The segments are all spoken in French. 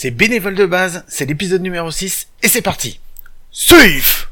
C'est Bénévole de base, c'est l'épisode numéro 6, et c'est parti. Safe!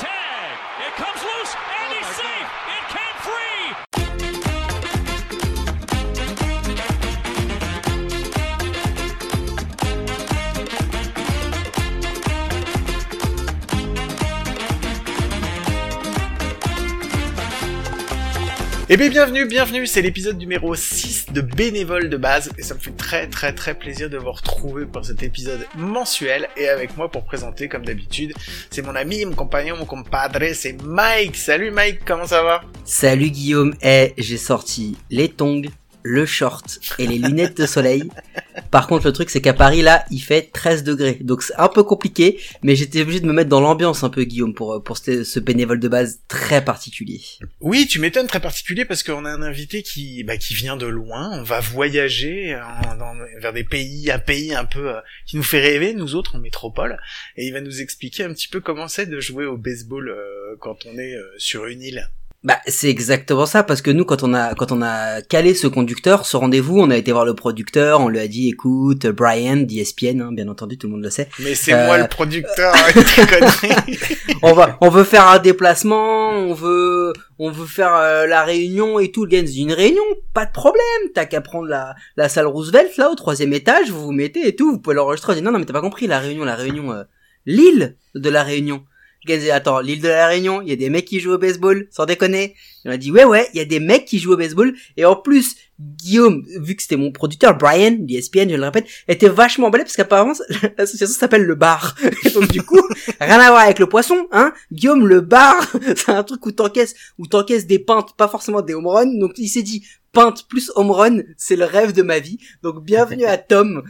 Eh bien bienvenue, c'est l'épisode numéro 6 de Bénévole de base, et ça me fait très plaisir de vous retrouver pour cet épisode mensuel, et avec moi pour présenter comme d'habitude, c'est mon ami, mon compagnon, mon compadre, c'est Mike. Salut Mike, comment ça va? Salut Guillaume, j'ai sorti les tongs, le short et les lunettes de soleil. Par contre, le truc, c'est qu'à Paris, là, il fait 13 degrés. Donc, c'est un peu compliqué, mais j'étais obligé de me mettre dans l'ambiance un peu, Guillaume, pour ce bénévole de base très particulier. Oui, tu m'étonnes, très particulier, parce qu'on a un invité qui vient de loin. On va voyager vers un pays un peu qui nous fait rêver, nous autres, en métropole. Et il va nous expliquer un petit peu comment c'est de jouer au baseball quand on est sur une île. Bah, c'est exactement ça, parce que nous, quand on a calé ce conducteur, ce rendez-vous, on a été voir le producteur, on lui a dit, écoute, Brian, d'ESPN, bien entendu, tout le monde le sait. Mais c'est moi le producteur, arrête tes conneries. on veut faire un déplacement, on veut faire la réunion et tout. Le gars nous dit, une réunion, pas de problème, t'as qu'à prendre la salle Roosevelt, là, au 3e étage, vous metez et tout, vous pouvez l'enregistrer. On dit, non, mais t'as pas compris, la réunion, l'île de la Réunion. Le gars disait, attends, l'île de la Réunion, il y a des mecs qui jouent au baseball, sans déconner. On a dit, ouais, il y a des mecs qui jouent au baseball. Et en plus, Guillaume, vu que c'était mon producteur, Brian, d'ESPN, je le répète, était vachement emballé parce qu'apparemment, l'association s'appelle le bar. Et donc, du coup, rien à voir avec le poisson, hein. Guillaume, le bar, c'est un truc où t'encaisses des pintes, pas forcément des home runs. Donc, il s'est dit, pinte plus home run, c'est le rêve de ma vie. Donc, bienvenue à Tom,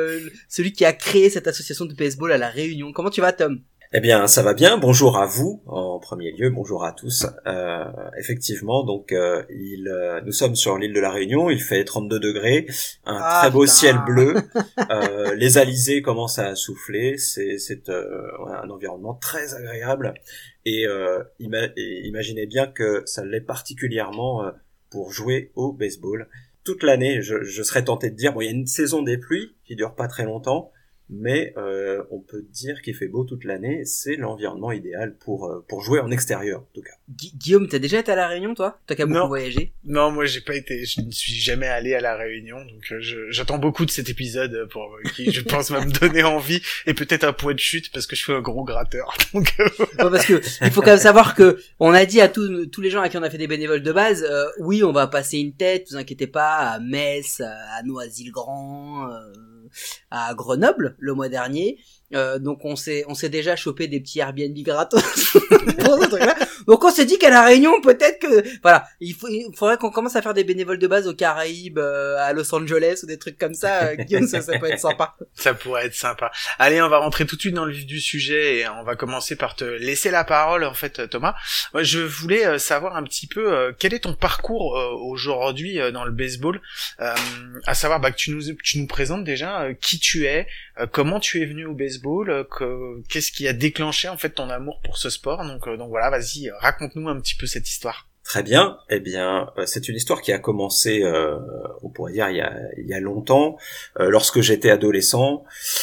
celui qui a créé cette association de baseball à la Réunion. Comment tu vas, Tom? Eh bien, ça va bien. Bonjour à vous, en premier lieu. Bonjour à tous. Effectivement, donc, nous sommes sur l'île de la Réunion. Il fait 32 degrés. Très beau ciel bleu. Les alizés commencent à souffler. C'est un environnement très agréable. Et imaginez bien que ça l'est particulièrement pour jouer au baseball. Toute l'année, je serais tenté de dire, bon, il y a une saison des pluies qui dure pas très longtemps. Mais on peut dire qu'il fait beau toute l'année, c'est l'environnement idéal pour jouer en extérieur, en tout cas. Guillaume, t'as déjà été à la Réunion, toi? T'as qu'à beaucoup voyager? Non, moi j'ai pas été, je ne suis jamais allé à la Réunion, donc j'attends beaucoup de cet épisode pour qui je pense va me donner envie, et peut-être un point de chute parce que je suis un gros gratteur. Donc ouais, parce que il faut quand même savoir que on a dit à tous les gens à qui on a fait des bénévoles de base, oui, on va passer une tête, vous inquiétez pas, à Metz, à Noisy-le-Grand, à Grenoble le mois dernier. Donc on s'est déjà chopé des petits Airbnb gratos pour ce truc-là. Donc on s'est dit qu'à la Réunion, peut-être que voilà, il faudrait qu'on commence à faire des bénévoles de base aux Caraïbes, à Los Angeles ou des trucs comme ça. Guillaume, ça peut être sympa. Ça pourrait être sympa. Allez, on va rentrer tout de suite dans le vif du sujet et on va commencer par te laisser la parole en fait, Thomas. Moi, je voulais savoir un petit peu quel est ton parcours aujourd'hui dans le baseball, à savoir que tu nous présentes déjà qui tu es, comment tu es venu au baseball, qu'est-ce qui a déclenché en fait ton amour pour ce sport, donc voilà, vas-y, raconte-nous un petit peu cette histoire. Très bien. Eh bien, c'est une histoire qui a commencé, on pourrait dire, il y a longtemps. Lorsque j'étais adolescent,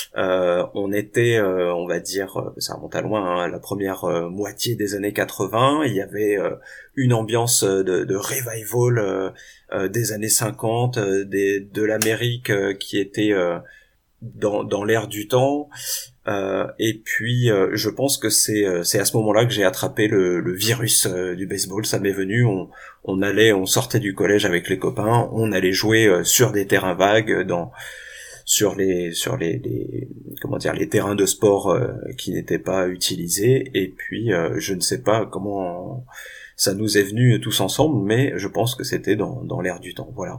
on était, on va dire, ça remonte à loin, hein, la première moitié des années 80. Il y avait une ambiance de revival des années 50, de l'Amérique qui était dans l'air du temps. Et puis je pense que c'est à ce moment-là que j'ai attrapé le virus du baseball. Ça m'est venu, on sortait du collège avec les copains, on allait jouer sur des terrains vagues, sur les comment dire, les terrains de sport qui n'étaient pas utilisés. Et puis je ne sais pas comment ça nous est venu tous ensemble, mais je pense que c'était dans l'air du temps. Voilà.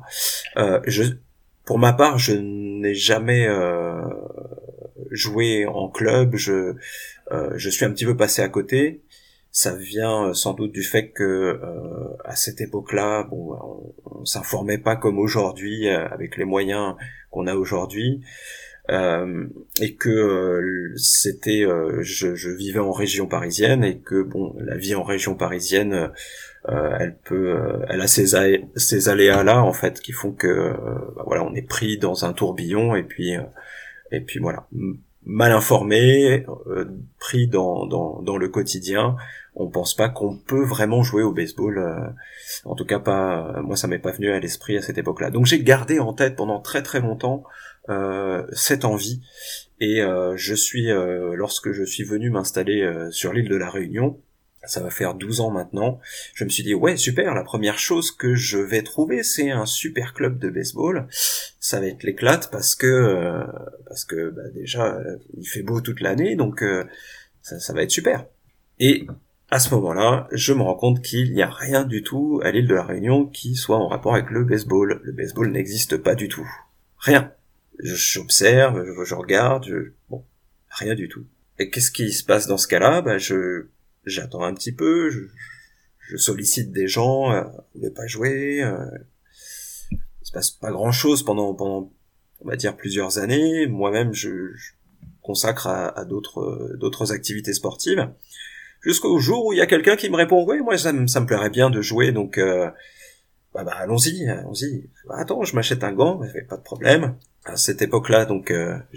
Pour ma part, je n'ai jamais joué en club. Je suis un petit peu passé à côté. Ça vient sans doute du fait que à cette époque-là, bon, on s'informait pas comme aujourd'hui avec les moyens qu'on a aujourd'hui, et que c'était, je vivais en région parisienne et que bon, la vie en région parisienne, elle a ces aléas là en fait qui font que voilà, on est pris dans un tourbillon et puis Et puis voilà, mal informé, pris dans le quotidien, on pense pas qu'on peut vraiment jouer au baseball. En tout cas pas, moi ça m'est pas venu à l'esprit à cette époque-là. Donc j'ai gardé en tête pendant très très longtemps cette envie. Et lorsque je suis venu m'installer sur l'île de la Réunion, ça va faire 12 ans maintenant, je me suis dit ouais super, la première chose que je vais trouver c'est un super club de baseball, ça va être l'éclate parce que déjà il fait beau toute l'année, donc ça va être super. Et à ce moment-là, je me rends compte qu'il n'y a rien du tout à l'île de la Réunion qui soit en rapport avec le baseball. Le baseball n'existe pas du tout. Rien. J'observe, je regarde, bon, rien du tout. Et qu'est-ce qui se passe dans ce cas-là? J'attends un petit peu, je sollicite des gens, on veut pas jouer, il se passe pas grand-chose pendant, on va dire, plusieurs années. Moi-même, je consacre à d'autres activités sportives. Jusqu'au jour où il y a quelqu'un qui me répond, ouais, moi, ça me plairait bien de jouer, donc, allons-y. Attends, je m'achète un gant, pas de problème. À cette époque-là, donc,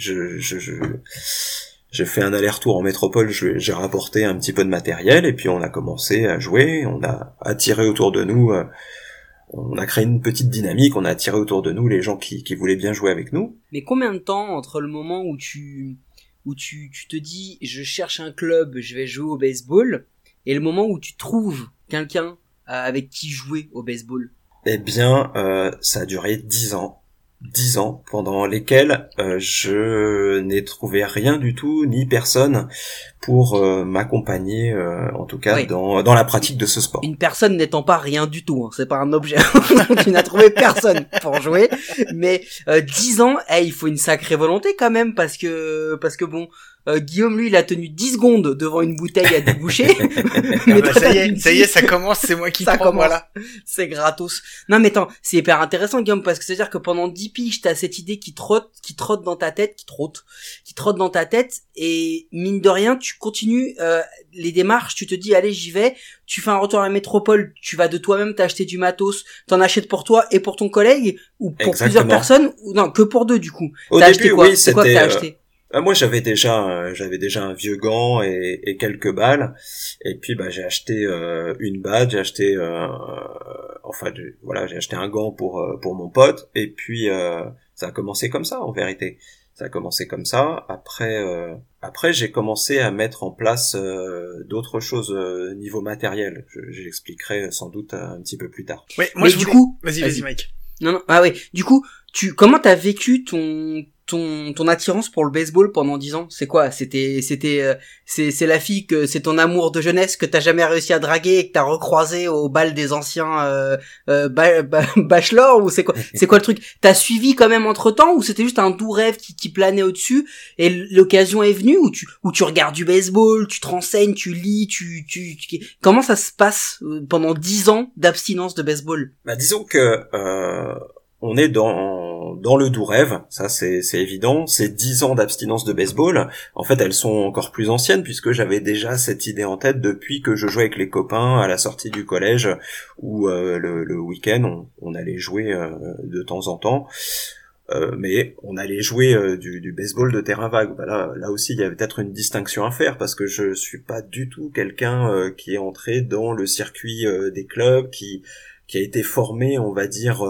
j'ai fait un aller-retour en métropole, j'ai rapporté un petit peu de matériel, et puis on a commencé à jouer, on a attiré autour de nous, on a créé une petite dynamique, on a attiré autour de nous les gens qui voulaient bien jouer avec nous. Mais combien de temps entre le moment où tu te dis je cherche un club, je vais jouer au baseball, et le moment où tu trouves quelqu'un avec qui jouer au baseball? Eh bien, ça a duré 10 ans. 10 ans pendant lesquels je n'ai trouvé rien du tout ni personne pour m'accompagner en tout cas dans la pratique de ce sport. Une personne n'étant pas rien du tout, hein, c'est pas un objet. Tu n'as trouvé personne pour jouer, mais 10 ans, il faut une sacrée volonté quand même parce que bon, Guillaume lui il a tenu 10 secondes devant une bouteille à déboucher. Mais ça y est, ça commence, c'est moi qui prends, voilà. C'est gratos. Non mais attends, c'est hyper intéressant Guillaume parce que c'est à dire que pendant 10 piges t'as cette idée qui trotte dans ta tête, qui trotte dans ta tête, et mine de rien tu continues les démarches, tu te dis allez j'y vais, tu fais un retour à la métropole, tu vas de toi-même t'acheter du matos, t'en achètes pour toi et pour ton collègue ou pour plusieurs personnes, ou non que pour deux du coup. Au t'as début, acheté quoi? oui, C'est quoi que t'as acheté? Moi j'avais déjà un vieux gant et quelques balles, et puis j'ai acheté une batte, j'ai acheté j'ai acheté un gant pour mon pote, et puis ça a commencé comme ça en vérité. Ça a commencé comme ça. Après j'ai commencé à mettre en place d'autres choses niveau matériel. J'expliquerai sans doute un petit peu plus tard. Ouais, moi du coup, vas-y Mike. Non, du coup, comment t'as vécu ton attirance pour le baseball pendant 10 ans? C'est quoi? C'est la fille que c'est ton amour de jeunesse que t'as jamais réussi à draguer et que t'as recroisé au bal des anciens bachelors, ou c'est quoi le truc? T'as suivi quand même entre-temps, ou c'était juste un doux rêve qui planait au-dessus et l'occasion est venue, où tu regardes du baseball, tu te renseignes, tu lis, comment ça se passe pendant 10 ans d'abstinence de baseball? Disons que on est dans le doux rêve, ça c'est évident. Ces 10 ans d'abstinence de baseball, en fait elles sont encore plus anciennes puisque j'avais déjà cette idée en tête depuis que je jouais avec les copains à la sortie du collège, où le week-end on allait jouer de temps en temps. Mais on allait jouer du baseball de terrain vague. Là aussi, il y avait peut-être une distinction à faire, parce que je suis pas du tout quelqu'un qui est entré dans le circuit des clubs, qui a été formé, on va dire,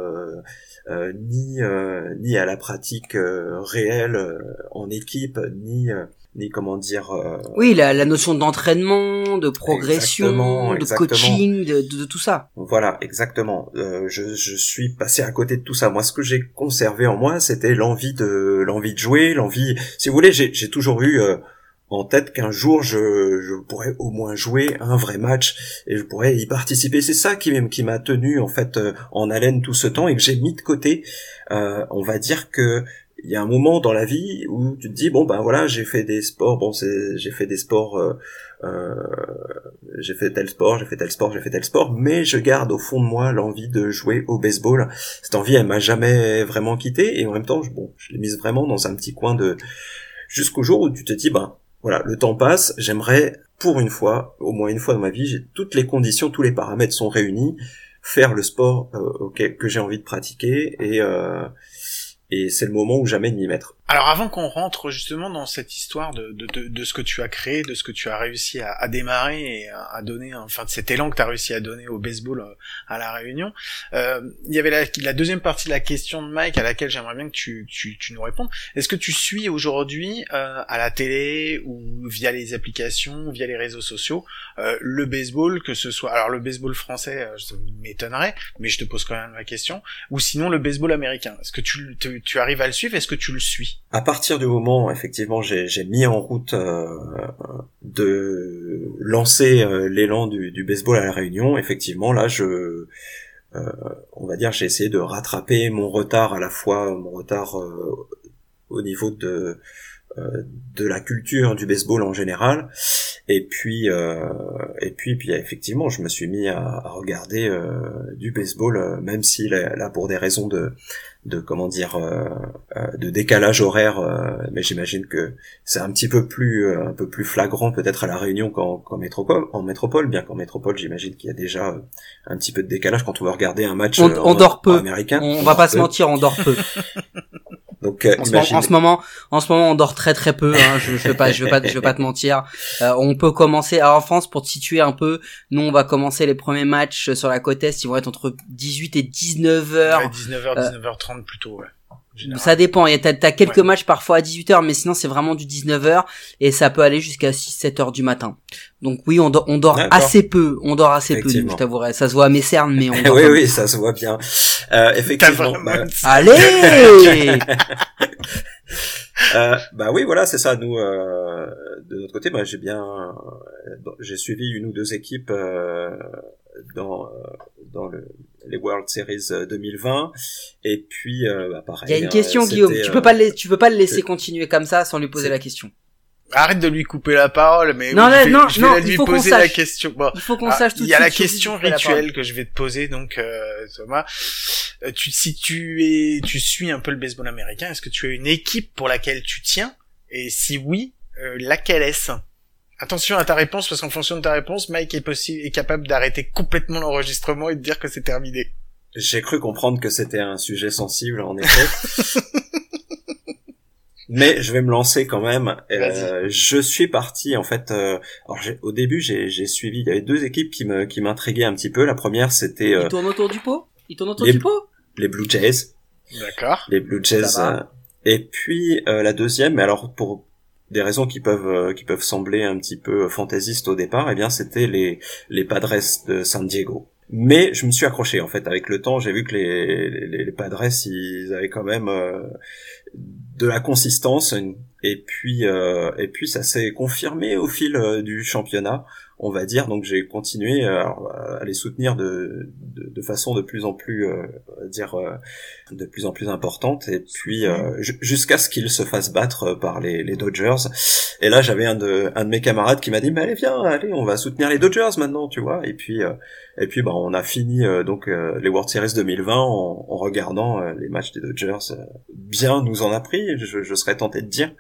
ni à la pratique réelle en équipe, ni comment dire. Oui, la notion d'entraînement, de progression, exactement. de coaching, de tout ça. Voilà, exactement. Je suis passé à côté de tout ça. Moi, ce que j'ai conservé en moi, c'était l'envie de jouer, si vous voulez, j'ai toujours eu en tête qu'un jour je pourrais au moins jouer un vrai match et je pourrais y participer. C'est ça qui m'a tenu en fait en haleine tout ce temps et que j'ai mis de côté. On va dire que il y a un moment dans la vie où tu te dis voilà, j'ai fait des sports, j'ai fait tel sport, mais je garde au fond de moi l'envie de jouer au baseball. Cette envie, elle m'a jamais vraiment quitté, et en même temps je l'ai mise vraiment dans un petit coin jusqu'au jour où tu te dis voilà, le temps passe, j'aimerais pour une fois, au moins une fois dans ma vie, j'ai toutes les conditions, tous les paramètres sont réunis, faire le sport que j'ai envie de pratiquer, et c'est le moment où jamais de m'y mettre. Alors avant qu'on rentre justement dans cette histoire de ce que tu as créé, de ce que tu as réussi à démarrer et à donner, enfin de cet élan que tu as réussi à donner au baseball à La Réunion, il y avait la deuxième partie de la question de Mike à laquelle j'aimerais bien que tu nous répondes. Est-ce que tu suis aujourd'hui à la télé ou via les applications, via les réseaux sociaux, le baseball, que ce soit, alors le baseball français, ça m'étonnerait, mais je te pose quand même la question, ou sinon le baseball américain. Est-ce que tu arrives à le suivre? Est-ce que tu le suis? À partir du moment, effectivement, j'ai mis en route de lancer l'élan du baseball à La Réunion, effectivement, là, on va dire, j'ai essayé de rattraper mon retard, à la fois mon retard au niveau de la culture du baseball en général, et puis effectivement, je me suis mis à regarder du baseball, même si là pour des raisons de comment dire de décalage horaire, mais j'imagine que c'est un peu plus flagrant peut-être à La Réunion qu'en métropole, bien qu'en métropole j'imagine qu'il y a déjà un petit peu de décalage quand on va regarder un match on dort peu américain. On va pas se mentir, on dort peu. Donc en ce moment on dort très très peu, hein. je veux pas te mentir. On peut commencer, alors en France, pour te situer un peu, nous on va commencer les premiers matchs sur la côte Est, ils vont être entre 18 et 19h. Ouais, 19h30 plutôt, ouais. Ça dépend, t'as quelques matchs parfois à 18h, mais sinon c'est vraiment du 19h, et ça peut aller jusqu'à 6-7h du matin. Donc oui, on dort assez peu, je t'avouerai. Ça se voit à mes cernes, mais on dort. Oui, ça se voit bien. Effectivement. Allez! Bah oui, voilà, c'est ça. Nous, de notre côté, j'ai suivi une ou deux équipes dans les World Series 2020, et puis pareil. Il y a une question, Guillaume. Tu peux pas le laisser continuer comme ça sans lui poser la question. Arrête de lui couper la parole, mais je vais lui poser la question. Bon, il faut qu'on sache tout de suite. Il y a la question rituelle que je vais te poser, donc Thomas. Si tu suis un peu le baseball américain, est-ce que tu as une équipe pour laquelle tu tiens? Et si oui, laquelle est-ce? Attention à ta réponse, parce qu'en fonction de ta réponse, Mike est capable d'arrêter complètement l'enregistrement et de dire que c'est terminé. J'ai cru comprendre que c'était un sujet sensible, en effet. Mais je vais me lancer quand même. Je suis parti, en fait. Alors au début, j'ai suivi. Il y avait deux équipes qui m'intriguaient un petit peu. La première, c'était. Ils tournent autour du pot. Les Blue Jays. D'accord. Les Blue Jays. Et puis la deuxième, mais alors pour des raisons qui peuvent sembler un petit peu fantaisistes au départ, eh bien c'était les Padres de San Diego. Mais je me suis accroché, en fait. Avec le temps, j'ai vu que les Padres, ils avaient quand même de la consistance, et puis ça s'est confirmé au fil du championnat, on va dire. Donc j'ai continué à les soutenir de façon de plus en plus de plus en plus importante, et puis jusqu'à ce qu'ils se fassent battre par les Dodgers. Et là j'avais un de mes camarades qui m'a dit: mais allez, on va soutenir les Dodgers maintenant, tu vois. Et puis on a fini donc les World Series 2020 en regardant les matchs des Dodgers. Bien nous en a pris, je serais tenté de dire.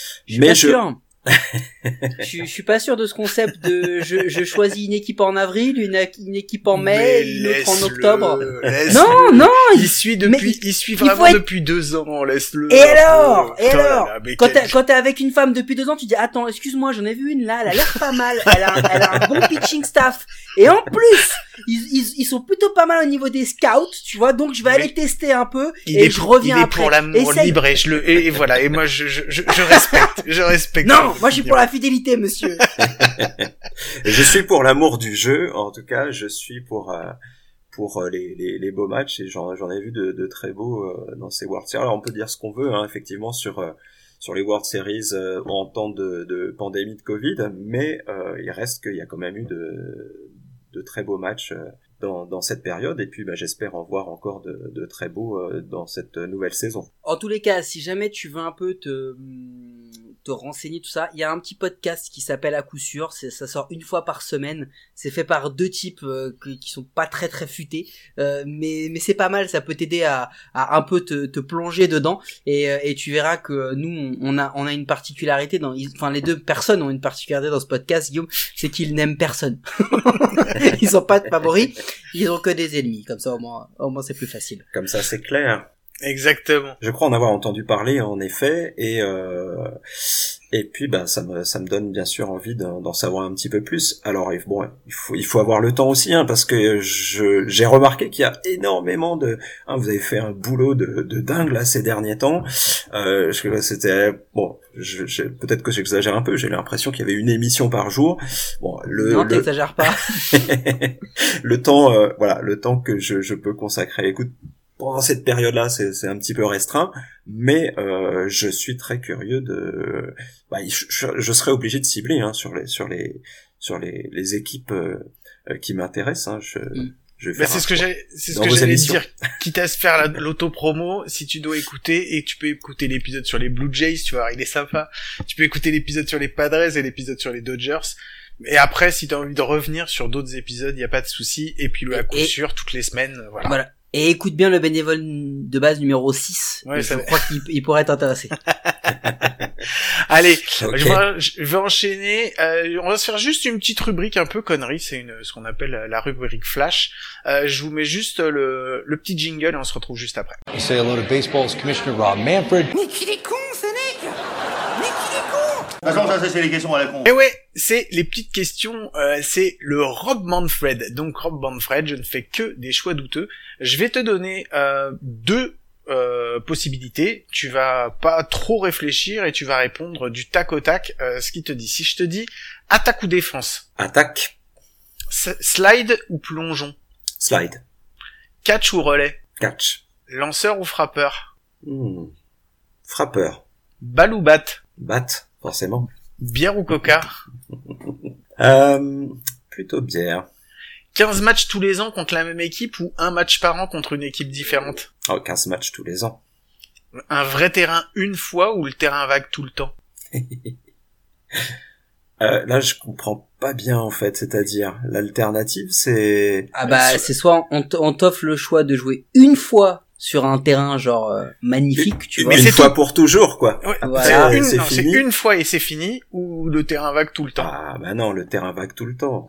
Je suis pas sûr de ce concept de je choisis une équipe en avril, une équipe en mai, une autre en octobre. Non, il suit vraiment depuis 2 ans, laisse-le. Et alors, quand t'es avec une femme depuis 2 ans, tu dis: attends, excuse-moi, j'en ai vu une là, elle a l'air pas mal, elle a un bon pitching staff, et en plus ils sont plutôt pas mal au niveau des scouts, tu vois, donc je vais aller tester un peu, et je reviens après. Il est pour l'amour libre, et voilà, et moi je respecte. Non, moi je suis pour la fidélité, monsieur. Je suis pour l'amour du jeu, en tout cas, je suis pour les beaux matchs, et j'en ai vu de très beaux dans ces World Series. Alors on peut dire ce qu'on veut, hein, effectivement, sur les World Series en temps de pandémie de Covid, mais il reste qu'il y a quand même eu de très beaux matchs dans cette période, et puis j'espère en voir encore de très beaux dans cette nouvelle saison. En tous les cas, si jamais tu veux un peu te renseigner tout ça, il y a un petit podcast qui s'appelle À coup sûr, ça sort une fois par semaine, c'est fait par 2 types qui sont pas très très futés, mais c'est pas mal, ça peut t'aider à un peu te plonger dedans, et tu verras que nous on a une particularité les 2 personnes ont une particularité dans ce podcast, Guillaume, c'est qu'ils n'aiment personne. Ils ont pas de favoris, ils ont que des ennemis, comme ça au moins c'est plus facile. Comme ça c'est clair. Exactement. Je crois en avoir entendu parler, en effet, et puis ça me donne bien sûr envie d'en savoir un petit peu plus. Alors bon, il faut avoir le temps aussi, parce que j'ai remarqué qu'il y a énormément vous avez fait un boulot de dingue là ces derniers temps. C'était bon, peut-être que j'exagère un peu. J'ai l'impression qu'il y avait une émission par jour. Bon, non, t'exagères pas. le temps, le temps que je peux consacrer. Écoute, pendant cette période-là, c'est un petit peu restreint, mais je suis très curieux je serais obligé de cibler sur les équipes qui m'intéressent. Je vais faire c'est ce que j'allais dire. Quitte à se faire l'auto-promo, si tu dois écouter, et tu peux écouter l'épisode sur les Blue Jays, tu vois, il est sympa. Tu peux écouter l'épisode sur les Padres et l'épisode sur les Dodgers. Et après, si t'as envie de revenir sur d'autres épisodes, y a pas de souci. Et puis, à coup sûr, toutes les semaines, voilà. Et écoute bien le bénévole de base numéro 6. Ouais, je crois qu'il pourrait t'intéresser. Allez, okay. Je vais enchaîner. On va se faire juste une petite rubrique un peu connerie. C'est ce qu'on appelle la rubrique flash. Je vous mets juste le petit jingle et on se retrouve juste après. You say hello to baseball's commissioner Rob Manfred. Mais qu'il est con, ce mec! Mais qu'il est con! De toute façon, ça c'est les questions à la con. Et ouais, c'est les petites questions, c'est le Rob Manfred. Donc Rob Manfred, je ne fais que des choix douteux. Je vais te donner deux possibilités. Tu vas pas trop réfléchir et tu vas répondre du tac au tac ce qu'il te dit. Si je te dis attaque ou défense? Attaque. Slide ou plongeon? Slide. Catch ou relais? Catch. Lanceur ou frappeur? Frappeur. Balle ou batte? Batte, forcément. Bière ou coca? Plutôt bière. 15 matchs tous les ans contre la même équipe ou un match par an contre une équipe différente? 15 matchs tous les ans. Un vrai terrain une fois ou le terrain vague tout le temps? Là, je comprends pas bien, en fait. C'est-à-dire, l'alternative, c'est... c'est soit on t'offre le choix de jouer une fois sur un terrain magnifique, tu vois. Mais une fois pour toujours, quoi. Ouais, voilà. C'est une fois et c'est fini, ou le terrain vague tout le temps? Ah, non, le terrain vague tout le temps.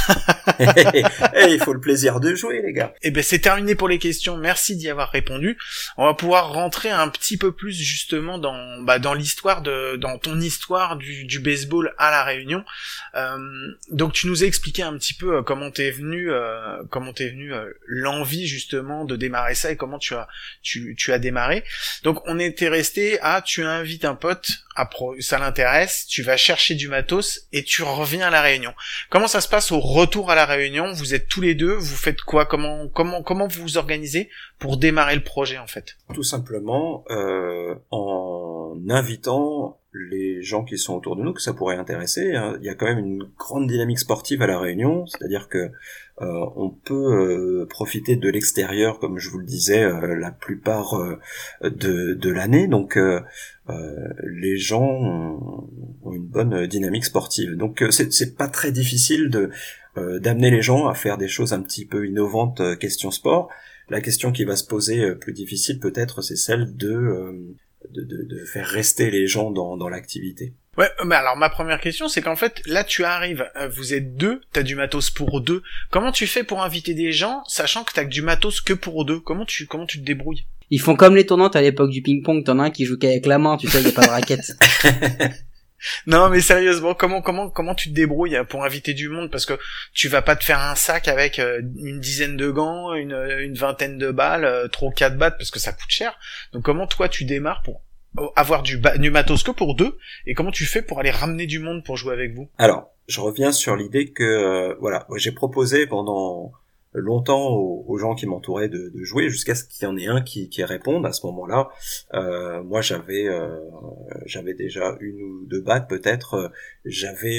Il faut le plaisir de jouer, les gars. Eh ben, c'est terminé pour les questions. Merci d'y avoir répondu. On va pouvoir rentrer un petit peu plus, justement, dans l'histoire dans ton histoire du baseball à La Réunion. Donc, tu nous as expliqué un petit peu comment t'es venu l'envie, justement, de démarrer ça et comment tu as démarré. Donc, on était resté tu invites un pote, ça l'intéresse, tu vas chercher du matos et tu reviens à La Réunion. Comment ça se passe au retour à La Réunion? Vous êtes tous les deux, vous faites quoi? Comment vous vous organisez pour démarrer le projet, en fait? Tout simplement en invitant les gens qui sont autour de nous, que ça pourrait intéresser. Il y a quand même une grande dynamique sportive à La Réunion, c'est-à-dire que on peut profiter de l'extérieur, comme je vous le disais, la plupart de l'année. Donc les gens ont une bonne dynamique sportive. Donc c'est pas très difficile d'amener les gens à faire des choses un petit peu innovantes question sport. La question qui va se poser plus difficile peut-être, c'est celle de faire rester les gens dans l'activité. Ouais, mais alors ma première question, c'est qu'en fait, là tu arrives, vous êtes deux, t'as du matos pour deux. Comment tu fais pour inviter des gens, sachant que t'as du matos que pour deux? Comment tu te débrouilles? Ils font comme les tournantes à l'époque du ping-pong, t'en as un qui joue qu'avec la main, tu sais, y a pas de raquette. Non, mais sérieusement, comment tu te débrouilles pour inviter du monde? Parce que tu vas pas te faire un sac avec une dizaine de gants, une vingtaine de balles, 3 ou 4 battes, parce que ça coûte cher. Donc comment toi tu démarres pour avoir du matos que pour deux, et comment tu fais pour aller ramener du monde pour jouer avec vous? Alors, je reviens sur l'idée que j'ai proposé pendant longtemps aux gens qui m'entouraient de jouer, jusqu'à ce qu'il y en ait un qui réponde. À ce moment-là, moi j'avais déjà 1 ou 2 battes peut-être, j'avais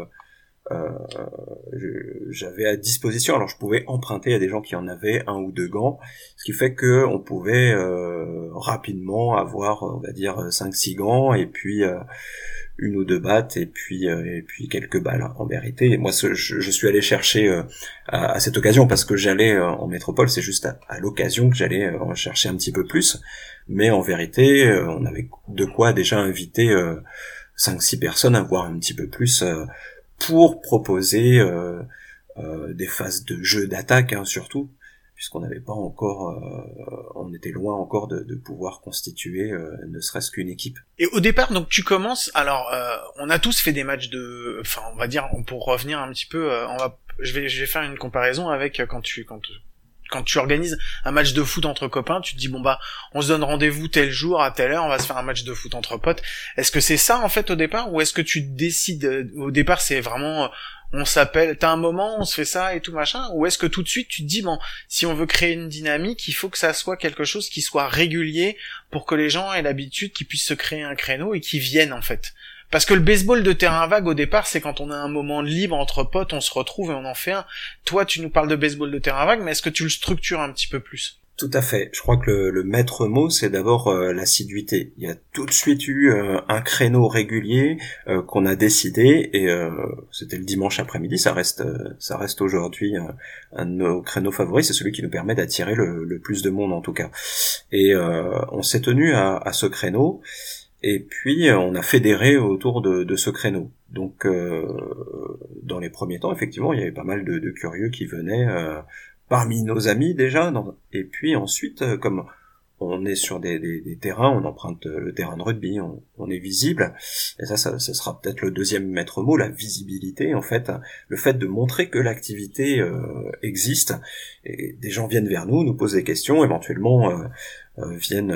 à disposition, alors je pouvais emprunter à des gens qui en avaient 1 ou 2 gants, ce qui fait que on pouvait rapidement avoir, on va dire, 5-6 gants, et puis 1 ou 2 battes, et puis quelques balles, en vérité. Et moi, je suis allé chercher à cette occasion, parce que j'allais en métropole, c'est juste à l'occasion que j'allais en chercher un petit peu plus, mais en vérité, on avait de quoi déjà inviter 5-6 personnes à voir un petit peu plus, pour proposer des phases de jeu d'attaque, surtout, puisqu'on n'avait pas encore, on était loin encore de pouvoir constituer ne serait-ce qu'une équipe. Et au départ, donc tu commences. Alors, on a tous fait des matchs de, enfin, on va dire, pour revenir un petit peu, je vais faire une comparaison avec quand tu organises un match de foot entre copains, tu te dis bon bah on se donne rendez-vous tel jour à telle heure, on va se faire un match de foot entre potes. Est-ce que c'est ça en fait au départ, ou est-ce que tu décides au départ c'est vraiment on s'appelle, t'as un moment, on se fait ça et tout machin, ou est-ce que tout de suite tu te dis bon, si on veut créer une dynamique, il faut que ça soit quelque chose qui soit régulier pour que les gens aient l'habitude, qu'ils puissent se créer un créneau et qu'ils viennent en fait. Parce que le baseball de terrain vague au départ, c'est quand on a un moment libre entre potes, on se retrouve et on en fait un. Toi, tu nous parles de baseball de terrain vague, mais est-ce que tu le structures un petit peu plus ? Tout à fait. Je crois que le maître mot, c'est d'abord l'assiduité. Il y a tout de suite eu un créneau régulier qu'on a décidé, et c'était le dimanche après-midi. Ça reste aujourd'hui un de nos créneaux favoris. C'est celui qui nous permet d'attirer le plus de monde en tout cas. Et on s'est tenu à ce créneau. Et puis on a fédéré autour de ce créneau. Donc dans les premiers temps, effectivement, il y avait pas mal de curieux qui venaient parmi nos amis déjà. Et puis ensuite, comme on est sur des terrains, on emprunte le terrain de rugby, on est visible. Et ça sera peut-être le deuxième maître mot, la visibilité en fait. Le fait de montrer que l'activité existe. Et des gens viennent vers nous posent des questions, éventuellement viennent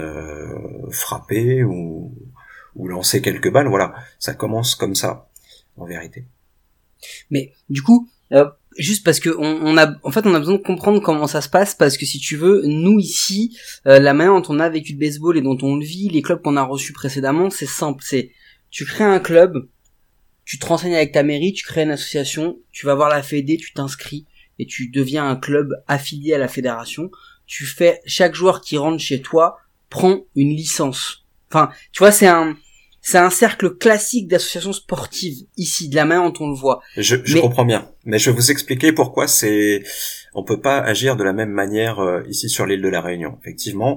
frapper ou lancer quelques balles. Voilà, ça commence comme ça, en vérité. Mais du coup, juste parce que on a besoin de comprendre comment ça se passe, parce que si tu veux, nous ici, la manière dont on a vécu le baseball et dont on le vit, les clubs qu'on a reçus précédemment, c'est simple. C'est tu crées un club, tu te renseignes avec ta mairie, tu crées une association, tu vas voir la fédé, tu t'inscris et tu deviens un club affilié à la fédération. Tu fais, chaque joueur qui rentre chez toi prend une licence. Enfin, tu vois, c'est un cercle classique d'associations sportives ici, de la manière dont on le voit. Je comprends bien, mais je vais vous expliquer pourquoi on peut pas agir de la même manière ici sur l'île de la Réunion. Effectivement,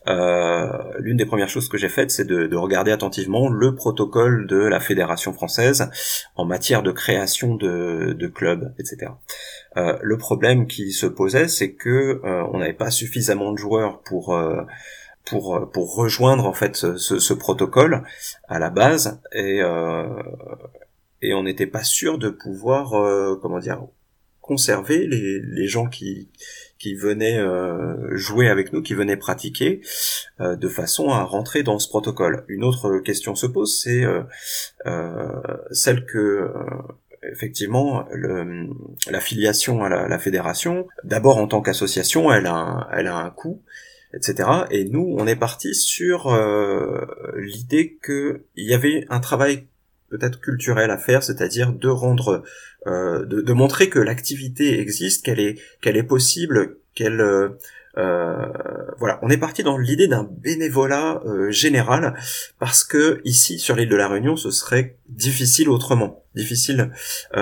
l'une des premières choses que j'ai faites, c'est de regarder attentivement le protocole de la Fédération française en matière de création de clubs, etc. Le problème qui se posait, c'est que on n'avait pas suffisamment de joueurs pour rejoindre en fait ce protocole à la base, et on n'était pas sûr de pouvoir conserver les gens qui venaient jouer avec nous, qui venaient pratiquer, de façon à rentrer dans ce protocole. Une autre question se pose, c'est celle que effectivement l'affiliation à la fédération, d'abord en tant qu'association, elle a un coût, etc. Et nous, on est parti sur l'idée que il y avait un travail peut-être culturel à faire, c'est-à-dire de rendre, de montrer que l'activité existe, qu'elle est possible, voilà, on est parti dans l'idée d'un bénévolat général, parce que ici sur l'île de la Réunion, ce serait difficile autrement, difficile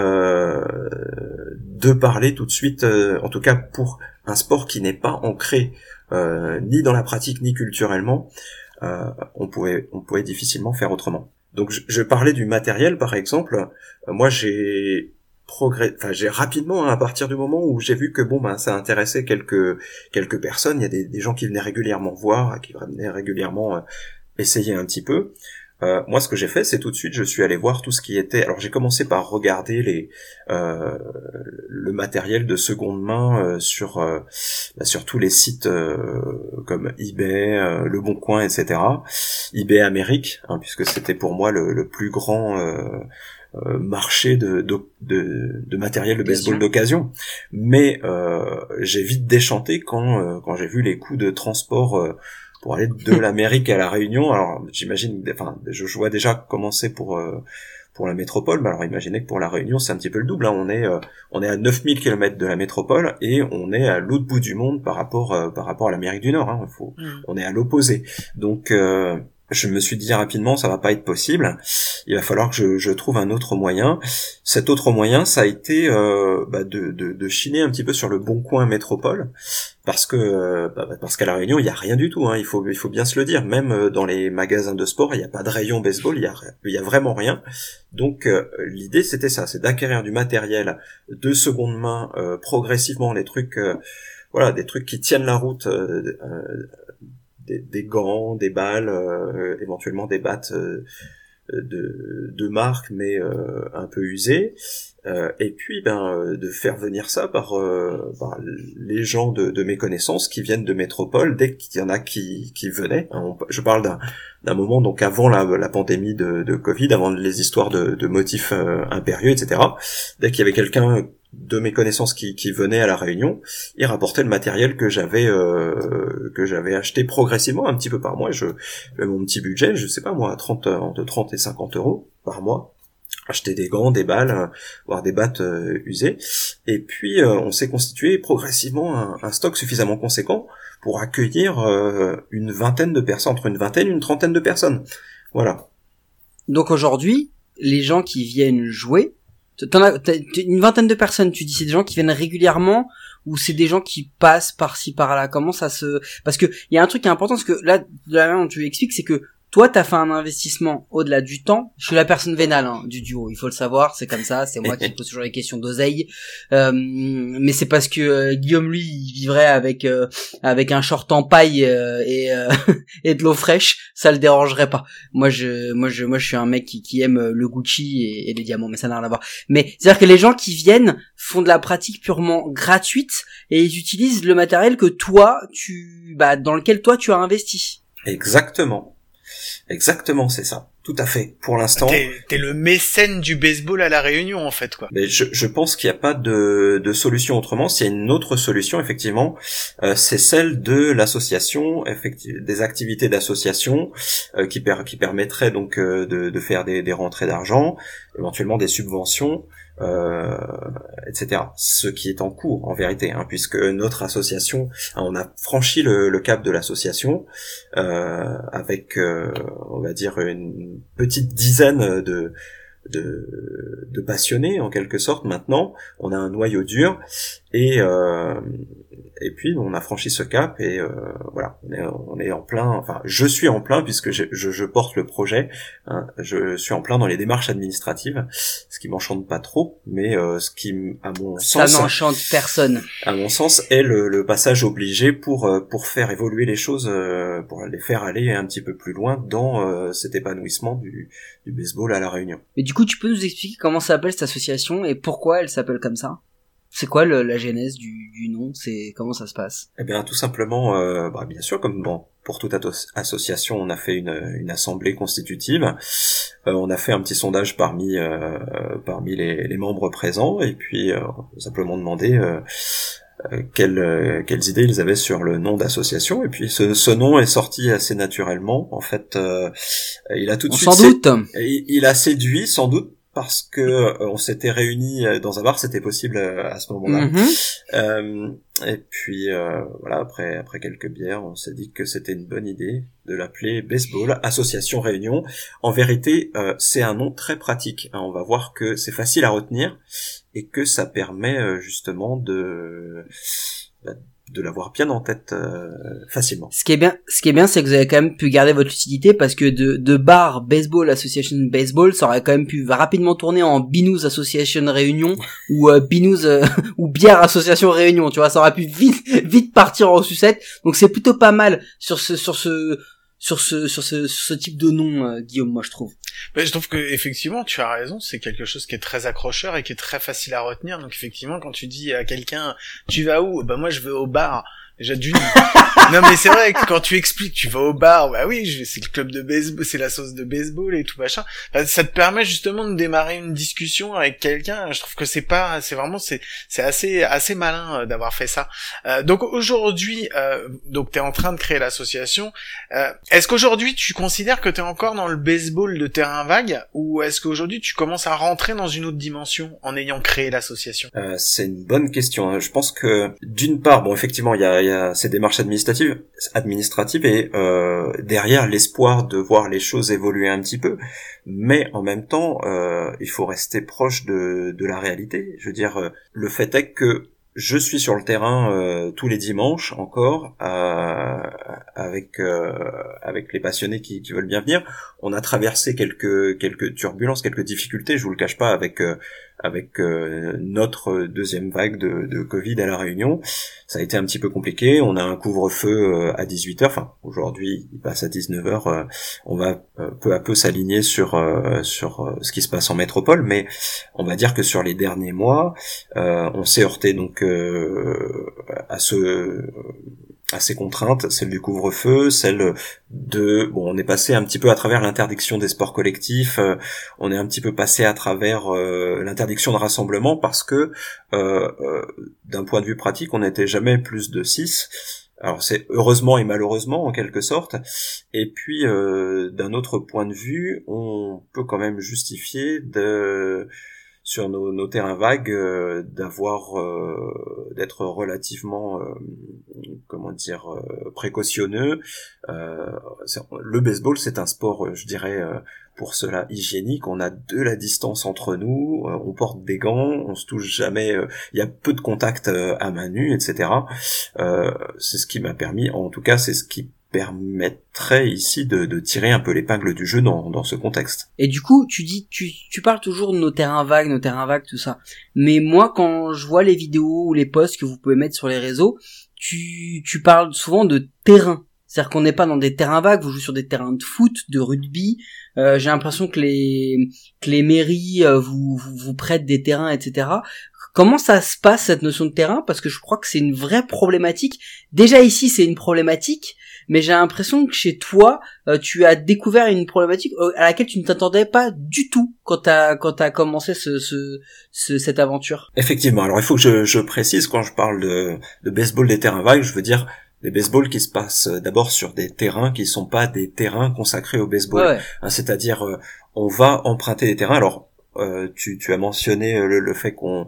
de parler tout de suite, en tout cas pour un sport qui n'est pas ancré ni dans la pratique ni culturellement, on pouvait difficilement faire autrement. Donc je parlais du matériel par exemple. Moi j'ai rapidement, à partir du moment où j'ai vu que ça intéressait quelques personnes, il y a des gens qui venaient régulièrement voir, qui venaient régulièrement essayer un petit peu. Moi, ce que j'ai fait, c'est tout de suite, je suis allé voir tout ce qui était. Alors, j'ai commencé par regarder le matériel de seconde main sur tous les sites comme eBay, Le Bon Coin, etc. eBay Amérique, puisque c'était pour moi le plus grand marché de matériel de baseball d'occasion. Mais j'ai vite déchanté quand j'ai vu les coûts de transport pour aller de l'Amérique à la Réunion. Alors j'imagine, je vois déjà commencer pour la métropole, mais alors imaginez que pour la Réunion c'est un petit peu le double, hein. On est à 9000 km de la métropole et on est à l'autre bout du monde par rapport à l'Amérique du Nord, hein. On est à l'opposé. Donc je me suis dit rapidement, ça va pas être possible. Il va falloir que je trouve un autre moyen. Cet autre moyen, ça a été de chiner un petit peu sur le Bon Coin métropole, parce qu'à la Réunion, il y a rien du tout, hein. Il faut bien se le dire. Même dans les magasins de sport, il y a pas de rayon baseball, il y a vraiment rien. Donc l'idée c'était ça, c'est d'acquérir du matériel de seconde main progressivement, les trucs voilà, des trucs qui tiennent la route, des gants, des balles, éventuellement des battes de marque mais un peu usées, et puis de faire venir ça par les gens de mes connaissances qui viennent de métropole dès qu'il y en a qui venaient. Je parle d'un moment donc avant la pandémie de Covid, avant les histoires de motifs impérieux, etc. Dès qu'il y avait quelqu'un de mes connaissances qui venait à la Réunion, il rapportait le matériel que j'avais acheté progressivement un petit peu par mois. J'avais mon petit budget, je sais pas moi, entre 30 et 50 euros par mois. Acheter des gants, des balles, voire des battes usées. Et puis on s'est constitué progressivement un stock suffisamment conséquent pour accueillir une vingtaine de personnes, entre une vingtaine et une trentaine de personnes. Voilà. Donc aujourd'hui, les gens qui viennent jouer, t'as une vingtaine de personnes, tu dis, c'est des gens qui viennent régulièrement ou c'est des gens qui passent par-ci par-là? Comment ça se... Parce que il y a un truc qui est important, parce que là, de la manière dont tu expliques, c'est que toi, t'as fait un investissement au-delà du temps. Je suis la personne vénale du duo, il faut le savoir, c'est comme ça, c'est moi qui pose toujours les questions d'oseille. Mais c'est parce que Guillaume, lui, il vivrait avec un short en paille et de l'eau fraîche, ça le dérangerait pas. Moi je suis un mec qui aime le Gucci et les diamants, mais ça n'a rien à voir. Mais c'est-à-dire que les gens qui viennent font de la pratique purement gratuite et ils utilisent le matériel que toi, dans lequel toi tu as investi. Exactement, c'est ça. Tout à fait. Pour l'instant. T'es le mécène du baseball à la Réunion, en fait, quoi. Mais je pense qu'il n'y a pas de solution autrement. S'il y a une autre solution, effectivement, c'est celle de l'association, des activités d'association, qui permettraient donc de faire des rentrées d'argent, éventuellement des subventions, etc. Ce qui est en cours, en vérité, puisque notre association, on a franchi le cap de l'association, avec, on va dire, une petite dizaine de passionnés, en quelque sorte. Maintenant, on a un noyau dur, et puis on a franchi ce cap, et voilà, on est en plein, enfin je suis en plein, puisque je porte le projet, je suis en plein dans les démarches administratives, ce qui m'enchante pas trop, mais ce qui, à mon sens, ça n'enchante personne, à mon sens, est le passage obligé pour faire évoluer les choses, pour les faire aller un petit peu plus loin dans cet épanouissement du baseball à la Réunion. Mais du coup, tu peux nous expliquer comment s'appelle cette association et pourquoi elle s'appelle comme ça? C'est quoi la genèse du nom? C'est comment ça se passe? Eh bien, tout simplement, bien sûr, comme pour toute association, on a fait une assemblée constitutive. On a fait un petit sondage parmi les membres présents, et puis simplement demandé quelles idées ils avaient sur le nom d'association. Et puis ce nom est sorti assez naturellement. En fait, il a tout de suite. Sans doute. Il a séduit, sans doute. Parce que on s'était réunis dans un bar, c'était possible à ce moment-là. Et puis voilà, après quelques bières, on s'est dit que c'était une bonne idée de l'appeler Baseball Association Réunion. En vérité, c'est un nom très pratique. On va voir que c'est facile à retenir et que ça permet justement de l'avoir bien en tête facilement. Ce qui est bien, c'est que vous avez quand même pu garder votre lucidité, parce que de bar Baseball Association Baseball, ça aurait quand même pu rapidement tourner en Binous Association Réunion ou Binous ou Bière Association Réunion, tu vois, ça aurait pu vite partir en sucette. Donc c'est plutôt pas mal sur ce type de nom, Guillaume, moi je trouve. Mais je trouve que effectivement tu as raison, c'est quelque chose qui est très accrocheur et qui est très facile à retenir. Donc effectivement, quand tu dis à quelqu'un tu vas où, moi je vais au bar. Déjà d'une. Non mais c'est vrai que quand tu expliques, tu vas au bar, oui, c'est le club de baseball, c'est la sauce de baseball et tout machin. Ça te permet justement de démarrer une discussion avec quelqu'un. Je trouve que c'est assez malin d'avoir fait ça. Donc aujourd'hui, donc t'es en train de créer l'association. Est-ce qu'aujourd'hui tu considères que t'es encore dans le baseball de terrain vague, ou est-ce qu'aujourd'hui tu commences à rentrer dans une autre dimension en ayant créé l'association? C'est une bonne question. Je pense que d'une part, effectivement, il y a ces démarches administratives et derrière l'espoir de voir les choses évoluer un petit peu, mais en même temps il faut rester proche de la réalité. Je veux dire, le fait est que Je suis sur le terrain tous les dimanches encore avec les passionnés qui veulent bien venir. On a traversé quelques turbulences, quelques difficultés, je vous le cache pas, avec notre deuxième vague de Covid à La Réunion. Ça a été un petit peu compliqué. On a un couvre-feu à 18h. Enfin, aujourd'hui, il passe à 19h. On va peu à peu s'aligner sur ce qui se passe en métropole, mais on va dire que sur les derniers mois, on s'est heurté donc à ces contraintes, celle du couvre-feu, celle on est passé un petit peu à travers l'interdiction des sports collectifs, on est un petit peu passé à travers l'interdiction de rassemblement parce que d'un point de vue pratique, on n'était jamais plus de 6. Alors c'est heureusement et malheureusement en quelque sorte. Et puis d'un autre point de vue, on peut quand même justifier sur nos terrains vagues d'être relativement précautionneux. Le baseball, c'est un sport, je dirais, pour cela hygiénique. On a de la distance entre nous, on porte des gants, on se touche jamais, il y a peu de contact à main nue, etc. C'est ce qui m'a permis, en tout cas c'est ce qui permettrait ici de tirer un peu l'épingle du jeu dans ce contexte. Et du coup, tu parles toujours de nos terrains vagues, tout ça. Mais moi, quand je vois les vidéos ou les posts que vous pouvez mettre sur les réseaux, tu parles souvent de terrain. C'est-à-dire qu'on n'est pas dans des terrains vagues, vous jouez sur des terrains de foot, de rugby. J'ai l'impression que les mairies vous prêtent des terrains, etc. Comment ça se passe cette notion de terrain? Parce que je crois que c'est une vraie problématique. Déjà ici, c'est une problématique. Mais j'ai l'impression que chez toi, tu as découvert une problématique à laquelle tu ne t'attendais pas du tout quand t'as commencé cette aventure. Effectivement. Alors il faut que je précise quand je parle de baseball des terrains vagues, je veux dire des baseballs qui se passent d'abord sur des terrains qui sont pas des terrains consacrés au baseball. Ouais. Hein, c'est-à-dire on va emprunter des terrains. Alors tu as mentionné le fait qu'on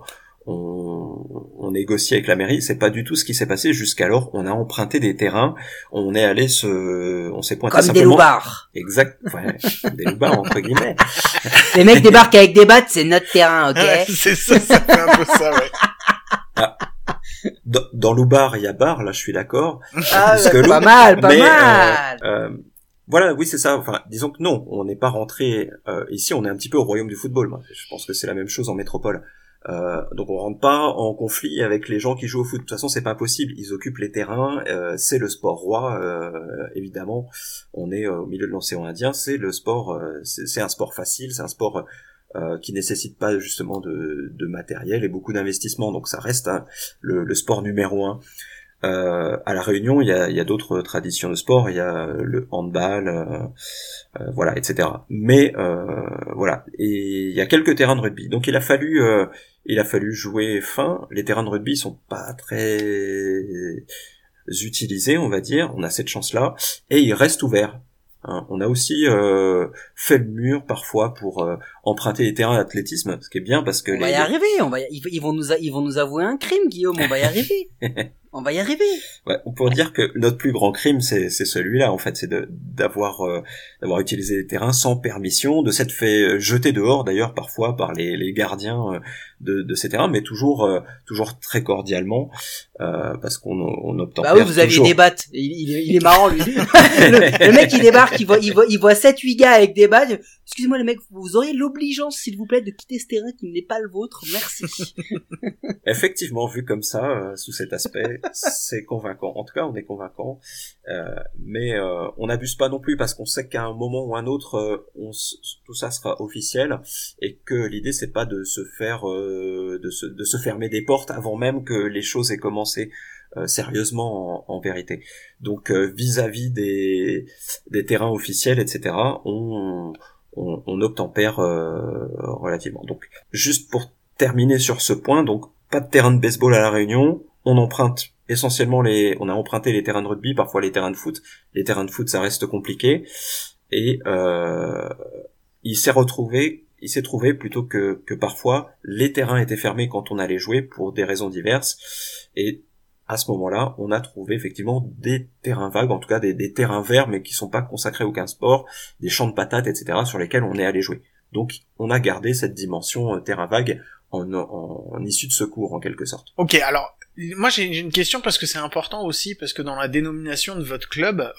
négocie avec la mairie, c'est pas du tout ce qui s'est passé jusqu'alors. On a emprunté des terrains, on s'est pointé comme simplement. des loupards. Exact, ouais, des loupards entre guillemets. Les mecs débarquent avec des battes, c'est notre terrain, ok? C'est ça fait un peu ça, ouais. Ah, dans loubar, il y a bar, là je suis d'accord. Ah, pas mal. Voilà, oui, c'est ça. Enfin, disons que non, on n'est pas rentré ici, on est un petit peu au royaume du football. Moi. Je pense que c'est la même chose en métropole. Donc on rentre pas en conflit avec les gens qui jouent au foot. De toute façon, c'est pas possible. Ils occupent les terrains. C'est le sport roi. Évidemment, on est au milieu de l'océan Indien. C'est le sport. C'est un sport facile. C'est un sport qui nécessite pas justement de matériel et beaucoup d'investissement. Donc ça reste le sport numéro 1. À La Réunion, il y a d'autres traditions de sport. Il y a le handball, voilà, etc. Mais voilà. Et il y a quelques terrains de rugby. Donc il a fallu jouer fin. Les terrains de rugby sont pas très utilisés, on va dire. On a cette chance-là, et ils restent ouverts. Hein. On a aussi fait le mur parfois pour emprunter les terrains d'athlétisme, ce qui est bien parce que on va y arriver. Ils vont nous avouer un crime, Guillaume. On va y arriver. On va y arriver. Ouais, on pourrait dire que notre plus grand crime, c'est celui-là, en fait, c'est d'avoir utilisé les terrains sans permission, de s'être fait jeter dehors, d'ailleurs, parfois, par les gardiens de ces terrains, mais toujours très cordialement, parce qu'on obtempère. Bah oui, vous aviez des battes. Il est marrant, lui. le mec, il débarque, il voit 7-8 gars avec des battes. Excusez-moi, les mecs, vous auriez l'obligeance, s'il vous plaît, de quitter ce terrain qui n'est pas le vôtre. Merci. Effectivement, vu comme ça, sous cet aspect, c'est convaincant. En tout cas, on est convaincant, mais on n'abuse pas non plus parce qu'on sait qu'à un moment ou un autre, tout ça sera officiel et que l'idée c'est pas de se faire, de se fermer des portes avant même que les choses aient commencé sérieusement en vérité. Donc vis-à-vis des terrains officiels, etc., on obtempère relativement. Donc juste pour terminer sur ce point, donc pas de terrain de baseball à La Réunion. On emprunte essentiellement on a emprunté les terrains de rugby, parfois les terrains de foot. Les terrains de foot, ça reste compliqué. Et il s'est trouvé plutôt que parfois les terrains étaient fermés quand on allait jouer pour des raisons diverses. Et à ce moment-là, on a trouvé effectivement des terrains vagues, en tout cas des terrains verts, mais qui sont pas consacrés à aucun sport, des champs de patates, etc., sur lesquels on est allé jouer. Donc, on a gardé cette dimension terrain vague en issue de secours en quelque sorte. Ok, alors moi j'ai une question parce que c'est important aussi, parce que dans la dénomination de votre club,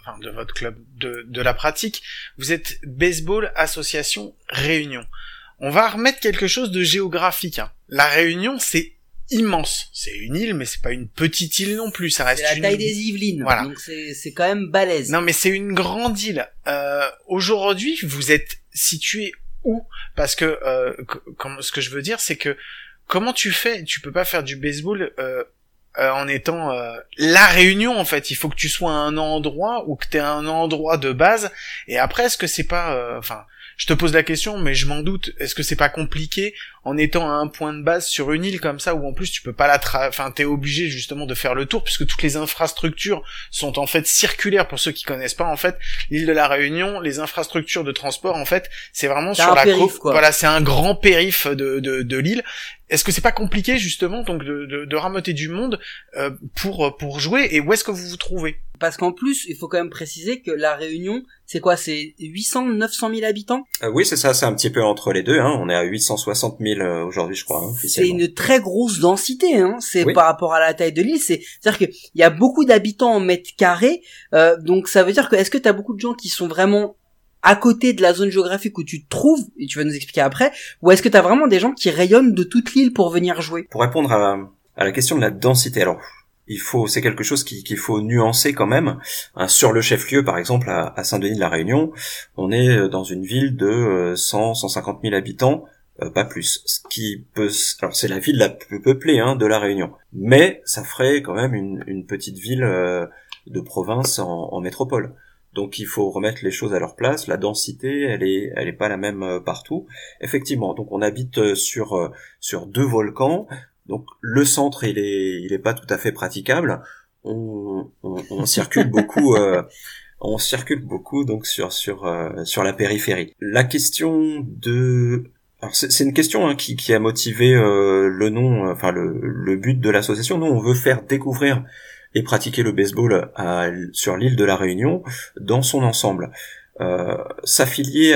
de la pratique, vous êtes Baseball Association Réunion. On va remettre quelque chose de géographique. Hein. La Réunion, c'est immense. C'est une île, mais c'est pas une petite île non plus. Ça reste c'est la taille des Yvelines. Voilà. Donc c'est quand même balèze. Non, mais c'est une grande île. Aujourd'hui, vous êtes situé où? Parce que ce que je veux dire, c'est que comment tu fais? Tu peux pas faire du baseball en étant la Réunion en fait. Il faut que tu sois à un endroit ou que t'aies un endroit de base. Et après, est-ce que c'est pas, je te pose la question, mais je m'en doute. Est-ce que c'est pas compliqué en étant à un point de base sur une île comme ça où en plus tu peux pas t'es obligé justement de faire le tour puisque toutes les infrastructures sont en fait circulaires. Pour ceux qui connaissent pas en fait, l'île de la Réunion, les infrastructures de transport en fait, c'est vraiment c'est sur la côte. Voilà, c'est un grand périph' de l'île. Est-ce que c'est pas compliqué justement donc de rameuter du monde pour jouer, et où est-ce que vous vous trouvez? Parce qu'en plus, il faut quand même préciser que la Réunion, c'est quoi? C'est 800, 900 000 habitants? Oui, c'est ça, c'est un petit peu entre les deux, hein. On est à 860 000 aujourd'hui, je crois, hein, c'est une très grosse densité, hein. C'est oui. Par rapport à la taille de l'île, c'est-à-dire qu'il y a beaucoup d'habitants en mètres carrés, donc ça veut dire que, est-ce que t'as beaucoup de gens qui sont vraiment à côté de la zone géographique où tu te trouves, et tu vas nous expliquer après, ou est-ce que t'as vraiment des gens qui rayonnent de toute l'île pour venir jouer? Pour répondre à la question de la densité, alors, c'est quelque chose qu'il faut nuancer quand même. Sur le chef-lieu, par exemple, à Saint-Denis de la Réunion, on est dans une ville de 150 000 habitants, pas plus. Ce qui peut, alors c'est la ville la plus peuplée, hein, de la Réunion. Mais ça ferait quand même une petite ville de province en métropole. Donc il faut remettre les choses à leur place. La densité, elle est pas la même partout. Effectivement, donc on habite sur deux volcans. Donc le centre, il est pas tout à fait praticable. On circule beaucoup. On circule beaucoup donc sur la périphérie. La question alors c'est une question, hein, qui a motivé le nom, enfin le but de l'association. Nous, on veut faire découvrir et pratiquer le baseball sur l'île de la Réunion dans son ensemble. S'affilier à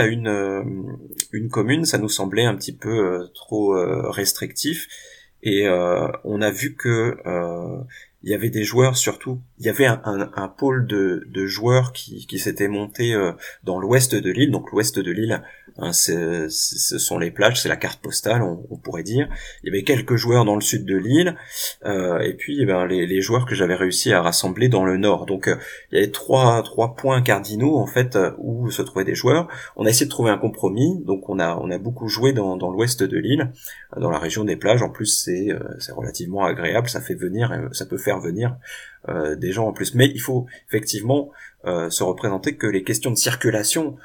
une commune, ça nous semblait un petit peu trop restrictif, et on a vu que il y avait des joueurs, surtout il y avait un pôle de joueurs qui s'était monté dans l'ouest de l'île. Donc l'ouest de l'île, hein, ce sont les plages, c'est la carte postale, on pourrait dire. Il y avait quelques joueurs dans le sud de l'île, et puis les joueurs que j'avais réussi à rassembler dans le nord. Donc il y avait trois points cardinaux en fait où se trouvaient des joueurs. On a essayé de trouver un compromis, donc on a beaucoup joué dans l'ouest de l'île, dans la région des plages. En plus c'est relativement agréable, ça peut faire venir des gens en plus. Mais il faut effectivement se représenter que les questions de circulation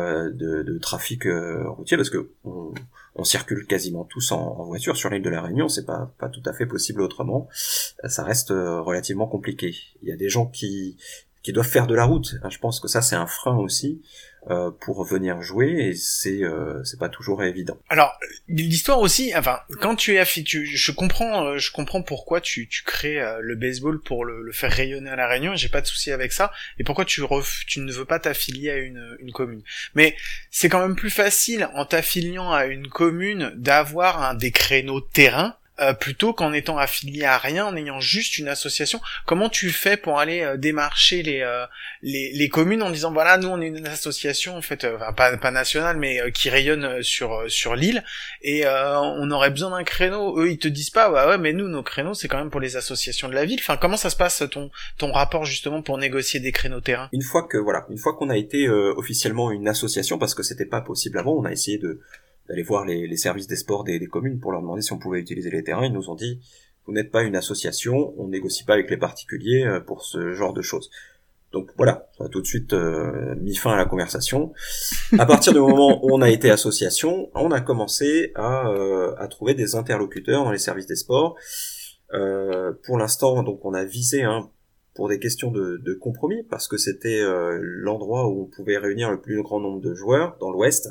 de trafic routier, parce que on circule quasiment tous en voiture sur l'île de la Réunion, c'est pas tout à fait possible autrement. Ça reste relativement compliqué. Il y a des gens qui doivent faire de la route. Je pense que ça c'est un frein aussi pour venir jouer, et c'est pas toujours évident. Alors l'histoire aussi, enfin quand je comprends pourquoi tu crées le baseball pour le faire rayonner à la Réunion, j'ai pas de souci avec ça, et pourquoi tu ne veux pas t'affilier à une commune. Mais c'est quand même plus facile en t'affiliant à une commune d'avoir des créneaux terrain plutôt qu'en étant affilié à rien, en ayant juste une association. Comment tu fais pour aller démarcher les communes en disant voilà, nous on est une association en fait, pas nationale, mais qui rayonne sur l'île, et on aurait besoin d'un créneau. Eux ils te disent pas ouais mais nous nos créneaux c'est quand même pour les associations de la ville. Enfin, comment ça se passe ton rapport justement pour négocier des créneaux terrain? Une fois qu'on a été officiellement une association, parce que c'était pas possible avant, on a essayé d'aller voir les services des sports des communes pour leur demander si on pouvait utiliser les terrains. Ils nous ont dit vous n'êtes pas une association, on négocie pas avec les particuliers pour ce genre de choses. Donc voilà, ça a tout de suite mis fin à la conversation. À partir du moment où on a été association, on a commencé à trouver des interlocuteurs dans les services des sports. Pour l'instant, donc on a visé pour des questions de compromis, parce que c'était l'endroit où on pouvait réunir le plus grand nombre de joueurs dans l'Ouest.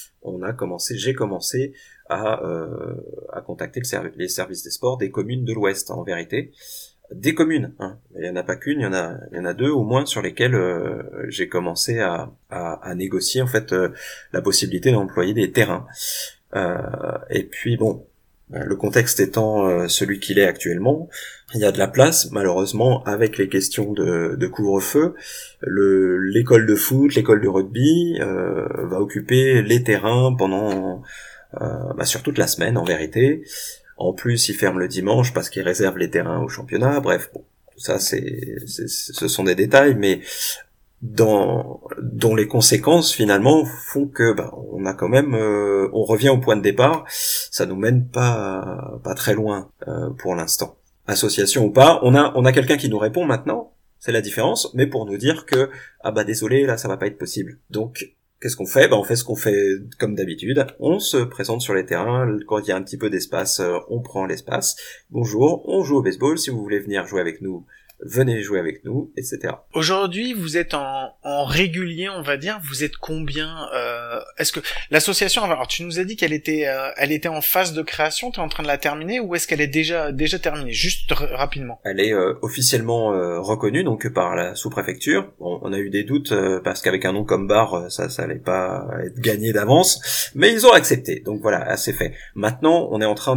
J'ai commencé à contacter les services des sports des communes de l'Ouest, en vérité. Des communes, hein. Il y en a pas qu'une, il y en a deux au moins sur lesquelles j'ai commencé à négocier en fait la possibilité d'employer des terrains. Et puis bon, Le contexte étant celui qu'il est actuellement, il y a de la place, malheureusement, avec les questions de couvre-feu. L'école de foot, l'école de rugby va occuper les terrains pendant sur toute la semaine, en vérité. En plus, ils ferment le dimanche parce qu'ils réservent les terrains au championnat. Bref, bon, tout ça, ce sont des détails, mais dont les conséquences finalement font que on a quand même on revient au point de départ. Ça nous mène pas très loin pour l'instant. Association ou pas, on a quelqu'un qui nous répond maintenant, c'est la différence, mais pour nous dire que désolé, là ça va pas être possible. Donc qu'est-ce qu'on fait ? On fait ce qu'on fait comme d'habitude, on se présente sur les terrains, quand il y a un petit peu d'espace, on prend l'espace. Bonjour, on joue au baseball, si vous voulez venir jouer avec nous, venez jouer avec nous, etc. Aujourd'hui, vous êtes en régulier, on va dire. Vous êtes combien Est-ce que l'association, alors tu nous as dit qu'elle était en phase de création, tu es en train de la terminer, ou est-ce qu'elle est déjà terminée? Juste rapidement. Elle est officiellement reconnue donc par la sous-préfecture. Bon, on a eu des doutes parce qu'avec un nom comme Bar, ça allait pas être gagné d'avance, mais ils ont accepté. Donc voilà, c'est fait. Maintenant,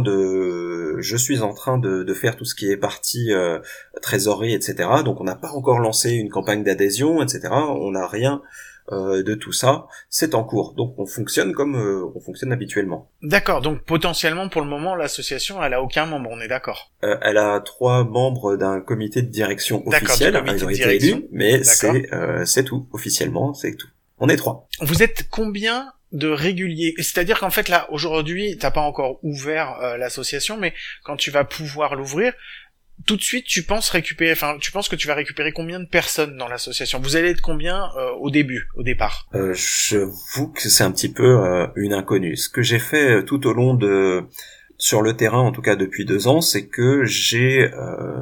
je suis en train de faire tout ce qui est partie trésorerie, etc. Donc on n'a pas encore lancé une campagne d'adhésion, etc. On n'a rien de tout ça. C'est en cours. Donc on fonctionne comme on fonctionne habituellement. D'accord. Donc potentiellement pour le moment l'association elle a aucun membre. On est d'accord. Elle a 3 membres d'un comité de direction officiel. Ils ont été élus, mais c'est tout. Officiellement, c'est tout. On est 3. Vous êtes combien de réguliers? C'est-à-dire qu'en fait là aujourd'hui t'as pas encore ouvert l'association, mais quand tu vas pouvoir l'ouvrir, tout de suite, tu penses que tu vas récupérer combien de personnes dans l'association? Vous allez être combien au départ? J'avoue que c'est un petit peu une inconnue. Ce que j'ai fait tout au long sur le terrain, en tout cas depuis 2 ans, c'est que j'ai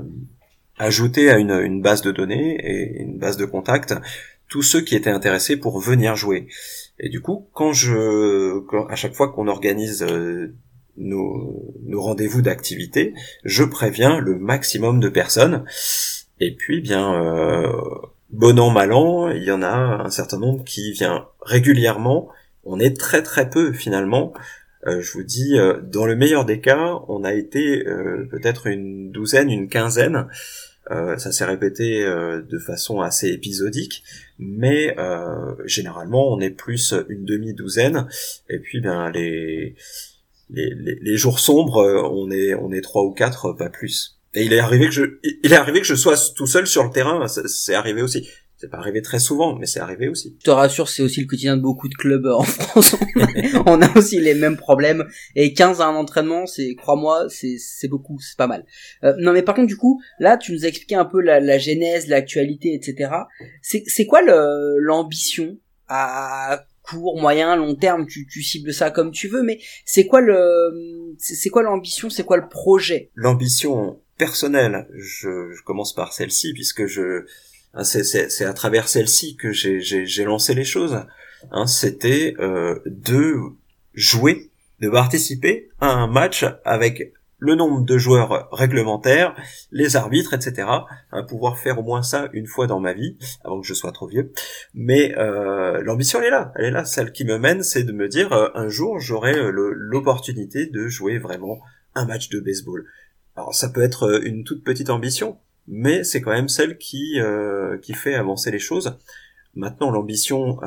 ajouté à une base de données et une base de contacts tous ceux qui étaient intéressés pour venir jouer. Et du coup, à chaque fois qu'on organise nos rendez-vous d'activité, je préviens le maximum de personnes. Et puis bon an mal an, il y en a un certain nombre qui vient régulièrement. On est très très peu finalement. Je vous dis, dans le meilleur des cas, on a été peut-être une douzaine, une quinzaine. Ça s'est répété de façon assez épisodique, mais généralement on est plus une demi-douzaine. Et puis les jours sombres, on est 3 ou 4, pas plus. Et il est arrivé que je sois tout seul sur le terrain, c'est arrivé aussi. C'est pas arrivé très souvent, mais c'est arrivé aussi. Je te rassure, c'est aussi le quotidien de beaucoup de clubs en France. On a aussi les mêmes problèmes. Et 15 à un entraînement, crois-moi, c'est beaucoup, c'est pas mal. Non, mais par contre, du coup, là, tu nous as expliqué un peu la genèse, l'actualité, etc. C'est quoi l'ambition à court, moyen, long terme? Tu cibles ça comme tu veux, mais c'est quoi l'ambition? C'est quoi le projet? L'ambition personnelle, je commence par celle-ci, puisque c'est à travers celle-ci que j'ai lancé les choses. C'était de jouer, de participer à un match avec le nombre de joueurs réglementaires, les arbitres, etc. Pouvoir faire au moins ça une fois dans ma vie, avant que je sois trop vieux. Mais l'ambition elle est là. Celle qui me mène, c'est de me dire un jour j'aurai l'opportunité de jouer vraiment un match de baseball. Alors ça peut être une toute petite ambition, mais c'est quand même celle qui fait avancer les choses. Maintenant, l'ambition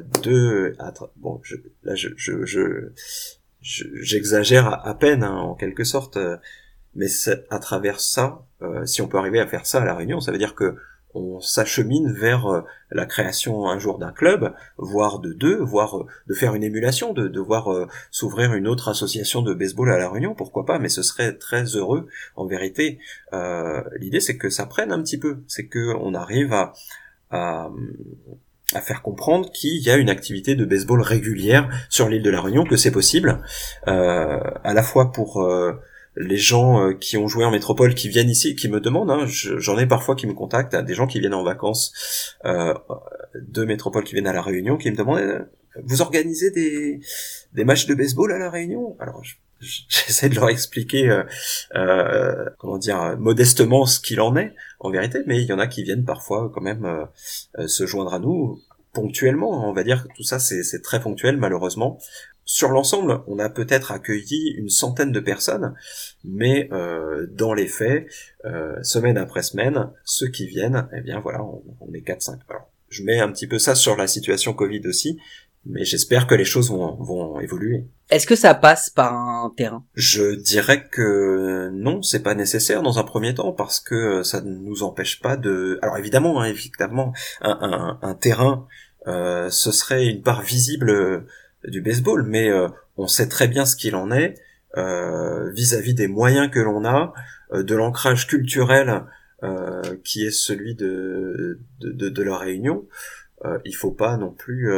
j'exagère à peine en quelque sorte, mais à travers ça, si on peut arriver à faire ça à La Réunion, ça veut dire que on s'achemine vers la création un jour d'un club, voire de 2, voire de faire une émulation, de voir s'ouvrir une autre association de baseball à La Réunion, pourquoi pas, mais ce serait très heureux en vérité. L'idée c'est que ça prenne un petit peu, c'est que on arrive à faire comprendre qu'il y a une activité de baseball régulière sur l'île de La Réunion, que c'est possible, à la fois pour les gens qui ont joué en métropole, qui viennent ici, qui me demandent, j'en ai parfois qui me contactent, des gens qui viennent en vacances de métropole, qui viennent à La Réunion, qui me demandent vous organisez des matchs de baseball à La Réunion? Alors j'essaie de leur expliquer modestement ce qu'il en est en vérité, mais il y en a qui viennent parfois quand même se joindre à nous ponctuellement. On va dire que tout ça c'est très ponctuel malheureusement. sur l'ensemble, on a peut-être accueilli une centaine de personnes, mais dans les faits, semaine après semaine, ceux qui viennent, eh bien voilà, on est 4-5. Alors, je mets un petit peu ça sur la situation Covid aussi, mais j'espère que les choses vont évoluer. Est-ce que ça passe par un terrain? Je dirais que non, c'est pas nécessaire dans un premier temps, parce que ça ne nous empêche pas de... Alors évidemment, effectivement, un terrain, ce serait une part visible du baseball, mais on sait très bien ce qu'il en est vis-à-vis des moyens que l'on a, de l'ancrage culturel qui est celui de la Réunion. Il faut pas non plus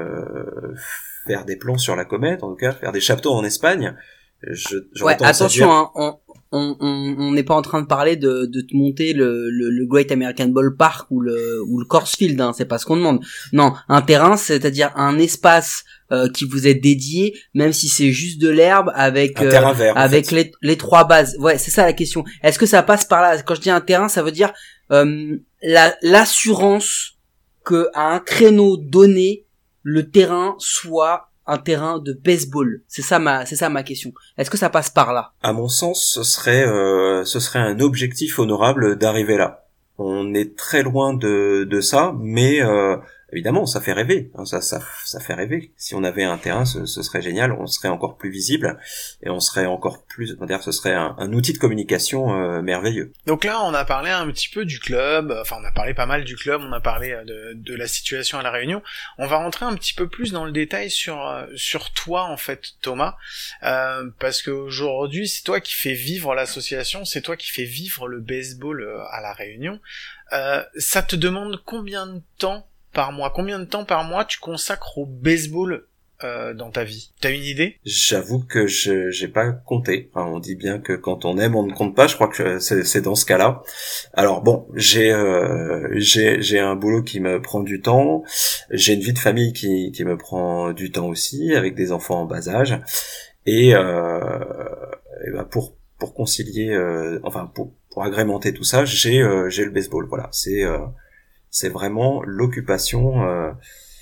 faire des plans sur la comète, en tout cas faire des châteaux en Espagne. Ouais, attention, hein, on n'est pas en train de parler de te monter le Great American Ballpark ou le Coors Field, hein, c'est pas ce qu'on demande. Non, un terrain, c'est-à-dire un espace qui vous est dédié, même si c'est juste de l'herbe avec un terrain vert, avec en fait. les trois bases. Ouais, c'est ça la question. Est-ce que ça passe par là? Quand je dis un terrain, ça veut dire l'assurance que à un créneau donné, le terrain soit un terrain de baseball. C'est ça ma question. Est-ce que ça passe par là? À mon sens, ce serait un objectif honorable d'arriver là. On est très loin de ça, mais évidemment, ça fait rêver. Ça fait rêver. Si on avait un terrain, ce serait génial. On serait encore plus visible et on serait encore plus. On va dire, ce serait un outil de communication merveilleux. Donc là, on a parlé un petit peu du club. Enfin, on a parlé pas mal du club. On a parlé de la situation à La Réunion. On va rentrer un petit peu plus dans le détail sur toi, en fait, Thomas, parce qu'aujourd'hui, c'est toi qui fais vivre l'association. C'est toi qui fais vivre le baseball à La Réunion. Ça te demande combien de temps par mois tu consacres au baseball dans ta vie? T'as une idée? J'avoue que j'ai pas compté. Enfin, on dit bien que quand on aime, on ne compte pas. Je crois que c'est dans ce cas-là. Alors bon, j'ai un boulot qui me prend du temps. J'ai une vie de famille qui me prend du temps aussi, avec des enfants en bas âge. Et ben pour concilier, pour agrémenter tout ça, j'ai le baseball. Voilà, c'est vraiment l'occupation.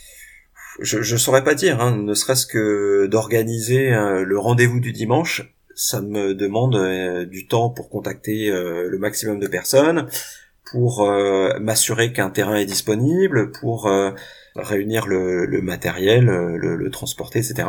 Je saurais pas dire, hein, ne serait-ce que d'organiser le rendez-vous du dimanche, ça me demande du temps pour contacter le maximum de personnes, pour m'assurer qu'un terrain est disponible, pour réunir le matériel, le transporter, etc.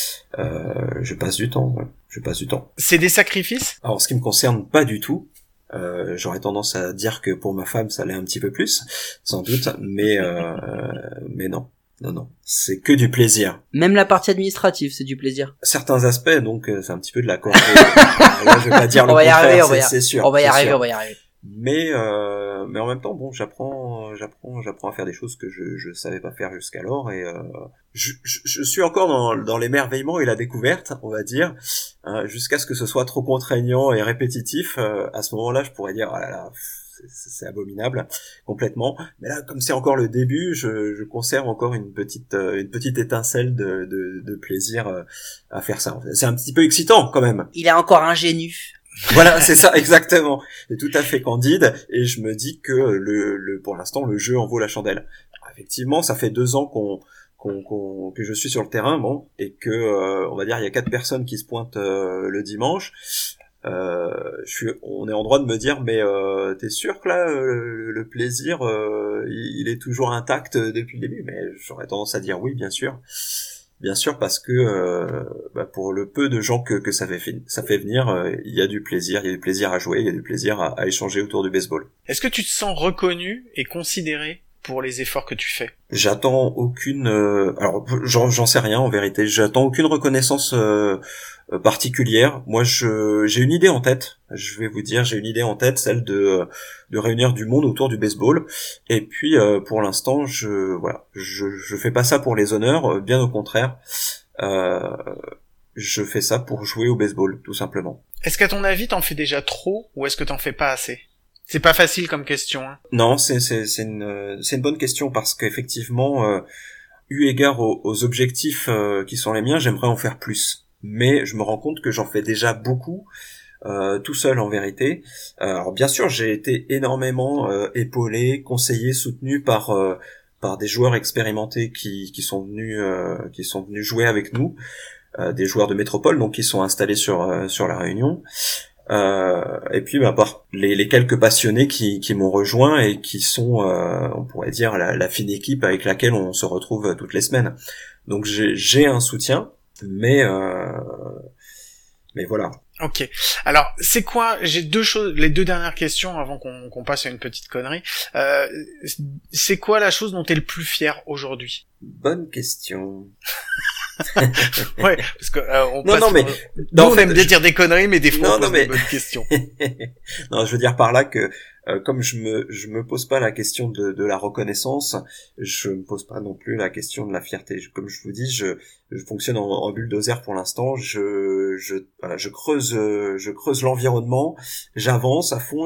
Je passe du temps. Ouais, je passe du temps. C'est des sacrifices? Alors, ce qui me concerne pas du tout. J'aurais tendance à dire que pour ma femme ça l'est un petit peu plus, sans doute, mais non, c'est que du plaisir. Même la partie administrative, c'est du plaisir. Certains aspects, donc c'est un petit peu de la corvée. Là, je vais pas dire le contraire, c'est sûr. On va y arriver. Mais en même temps, bon, j'apprends à faire des choses que je savais pas faire jusqu'alors, et je suis encore dans l'émerveillement et la découverte, on va dire, jusqu'à ce que ce soit trop contraignant et répétitif. À ce moment-là, je pourrais dire, ah là là, c'est abominable, complètement. Mais là, comme c'est encore le début, je conserve encore une petite étincelle de plaisir à faire ça. C'est un petit peu excitant, quand même. Il est encore ingénu. Voilà, c'est ça, exactement. C'est tout à fait candide, et je me dis que pour l'instant, le jeu en vaut la chandelle. Alors, effectivement, ça fait 2 ans que je suis sur le terrain, bon, et que, on va dire, il y a 4 personnes qui se pointent le dimanche. On est en droit de me dire, mais t'es sûr que là, le plaisir, il est toujours intact depuis le début? Mais j'aurais tendance à dire oui, bien sûr. Bien sûr, parce que pour le peu de gens que ça fait venir, il y a du plaisir à jouer, il y a du plaisir à échanger autour du baseball. Est-ce que tu te sens reconnu et considéré pour les efforts que tu fais? J'attends aucune... alors, j'en sais rien en vérité. J'attends aucune reconnaissance particulière. Moi, j'ai une idée en tête. Je vais vous dire, j'ai une idée en tête, celle de réunir du monde autour du baseball. Et puis, pour l'instant, je fais pas ça pour les honneurs, bien au contraire. Je fais ça pour jouer au baseball, tout simplement. Est-ce qu'à ton avis, t'en fais déjà trop, ou est-ce que t'en fais pas assez? C'est pas facile comme question, hein. Non, c'est une bonne question, parce qu'effectivement, eu égard aux objectifs qui sont les miens, j'aimerais en faire plus. Mais je me rends compte que j'en fais déjà beaucoup, tout seul en vérité. Alors bien sûr, j'ai été énormément épaulé, conseillé, soutenu par des joueurs expérimentés qui sont venus jouer avec nous. des joueurs de métropole, donc qui sont installés sur la Réunion. Et puis par les quelques passionnés qui m'ont rejoint et qui sont, on pourrait dire, la fine équipe avec laquelle on se retrouve toutes les semaines. Donc j'ai un soutien, mais voilà. Ok. Alors, c'est quoi, j'ai les deux dernières questions avant qu'on passe à une petite connerie. C'est quoi la chose dont t'es le plus fier aujourd'hui? Bonne question. Ouais, parce que on aime bien dire des conneries, mais des fois on pose des bonnes questions. Non, je veux dire par là que comme je me pose pas la question de la reconnaissance, je me pose pas non plus la question de la fierté. Comme je vous dis, je fonctionne en bulldozer pour l'instant. Je creuse l'environnement, j'avance à fond.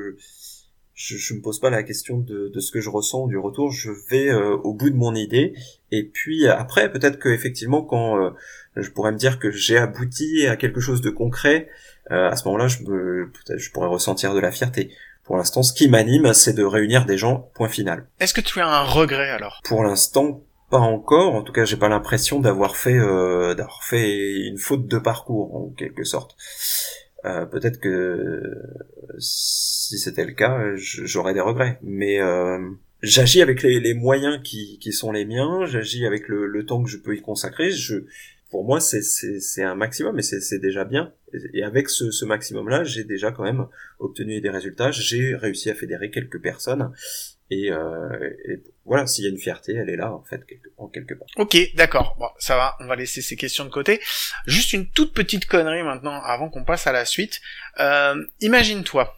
Je me pose pas la question de ce que je ressens ou du retour. Je vais au bout de mon idée. Et puis après, peut-être que effectivement, quand je pourrais me dire que j'ai abouti à quelque chose de concret, à ce moment-là, peut-être je pourrais ressentir de la fierté. Pour l'instant, ce qui m'anime, c'est de réunir des gens. Point final. Est-ce que tu as un regret alors? Pour l'instant, pas encore. En tout cas, j'ai pas l'impression d'avoir fait une faute de parcours en quelque sorte. Peut-être que si c'était le cas, j'aurais des regrets. Mais j'agis avec les moyens qui sont les miens. J'agis avec le temps que je peux y consacrer. Pour moi, c'est un maximum, et c'est déjà bien. Et avec ce maximum-là, j'ai déjà quand même obtenu des résultats. J'ai réussi à fédérer quelques personnes. Et voilà, s'il y a une fierté, elle est là, en fait, quelque part. Ok, d'accord. Bon, ça va, on va laisser ces questions de côté. Juste une toute petite connerie maintenant, avant qu'on passe à la suite. Imagine-toi,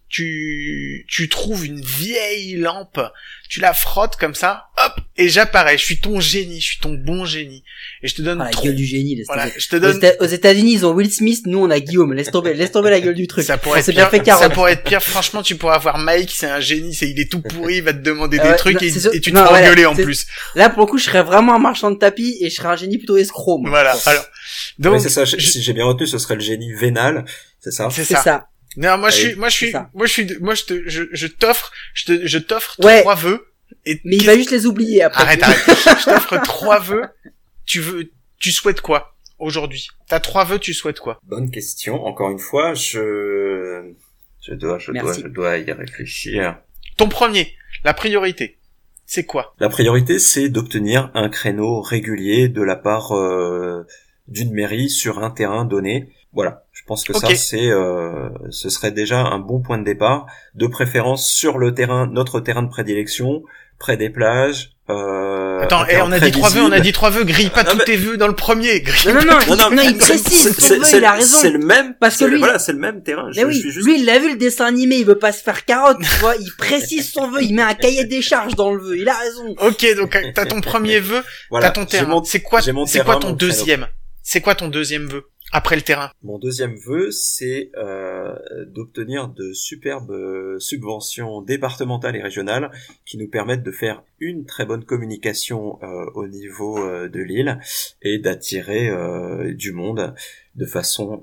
tu trouves une vieille lampe, tu la frottes comme ça, hop, et j'apparais, je suis ton génie, je suis ton bon génie. Et je te donne la gueule du génie, voilà, je te donne... Aux États-Unis, ils ont Will Smith, nous on a Guillaume, laisse tomber la gueule du truc. Ça pourrait être pire, ça pourrait être pire, franchement, tu pourrais avoir Mike, c'est un génie, il est tout pourri, il va te demander des trucs, et tu te feras engueuler en plus. Là, pour le coup, je serais vraiment un marchand de tapis, et je serais un génie plutôt escroc, moi. Voilà, alors. Donc. Ouais, c'est ça, si j'ai bien retenu, ce serait le génie vénal, c'est ça? C'est ça. Non, je t'offre 3 vœux. Mais il va juste les oublier après. Arrête. Je t'offre 3 vœux. Tu souhaites quoi aujourd'hui? T'as 3 vœux, tu souhaites quoi? Bonne question. Encore une fois, je dois y réfléchir. Ton premier, la priorité, c'est quoi? La priorité, c'est d'obtenir un créneau régulier de la part d'une mairie sur un terrain donné. Voilà. Je pense que ça, ce serait déjà un bon point de départ, de préférence sur le terrain, notre terrain de prédilection, près des plages. Attends, on a dit 3 vœux, grille pas tous tes vœux dans le premier. Non, il précise son vœu, il a raison. C'est le même, parce que lui, voilà, c'est le même terrain. Lui, il a vu le dessin animé, il veut pas se faire carotte, tu vois, il précise son vœu, il met un cahier des charges dans le vœu, il a raison. Ok, donc t'as ton premier vœu, voilà, t'as ton terrain. C'est quoi ton deuxième? C'est quoi ton deuxième vœu? Après le terrain. Mon deuxième vœu, c'est d'obtenir de superbes subventions départementales et régionales qui nous permettent de faire une très bonne communication au niveau de l'île et d'attirer du monde de façon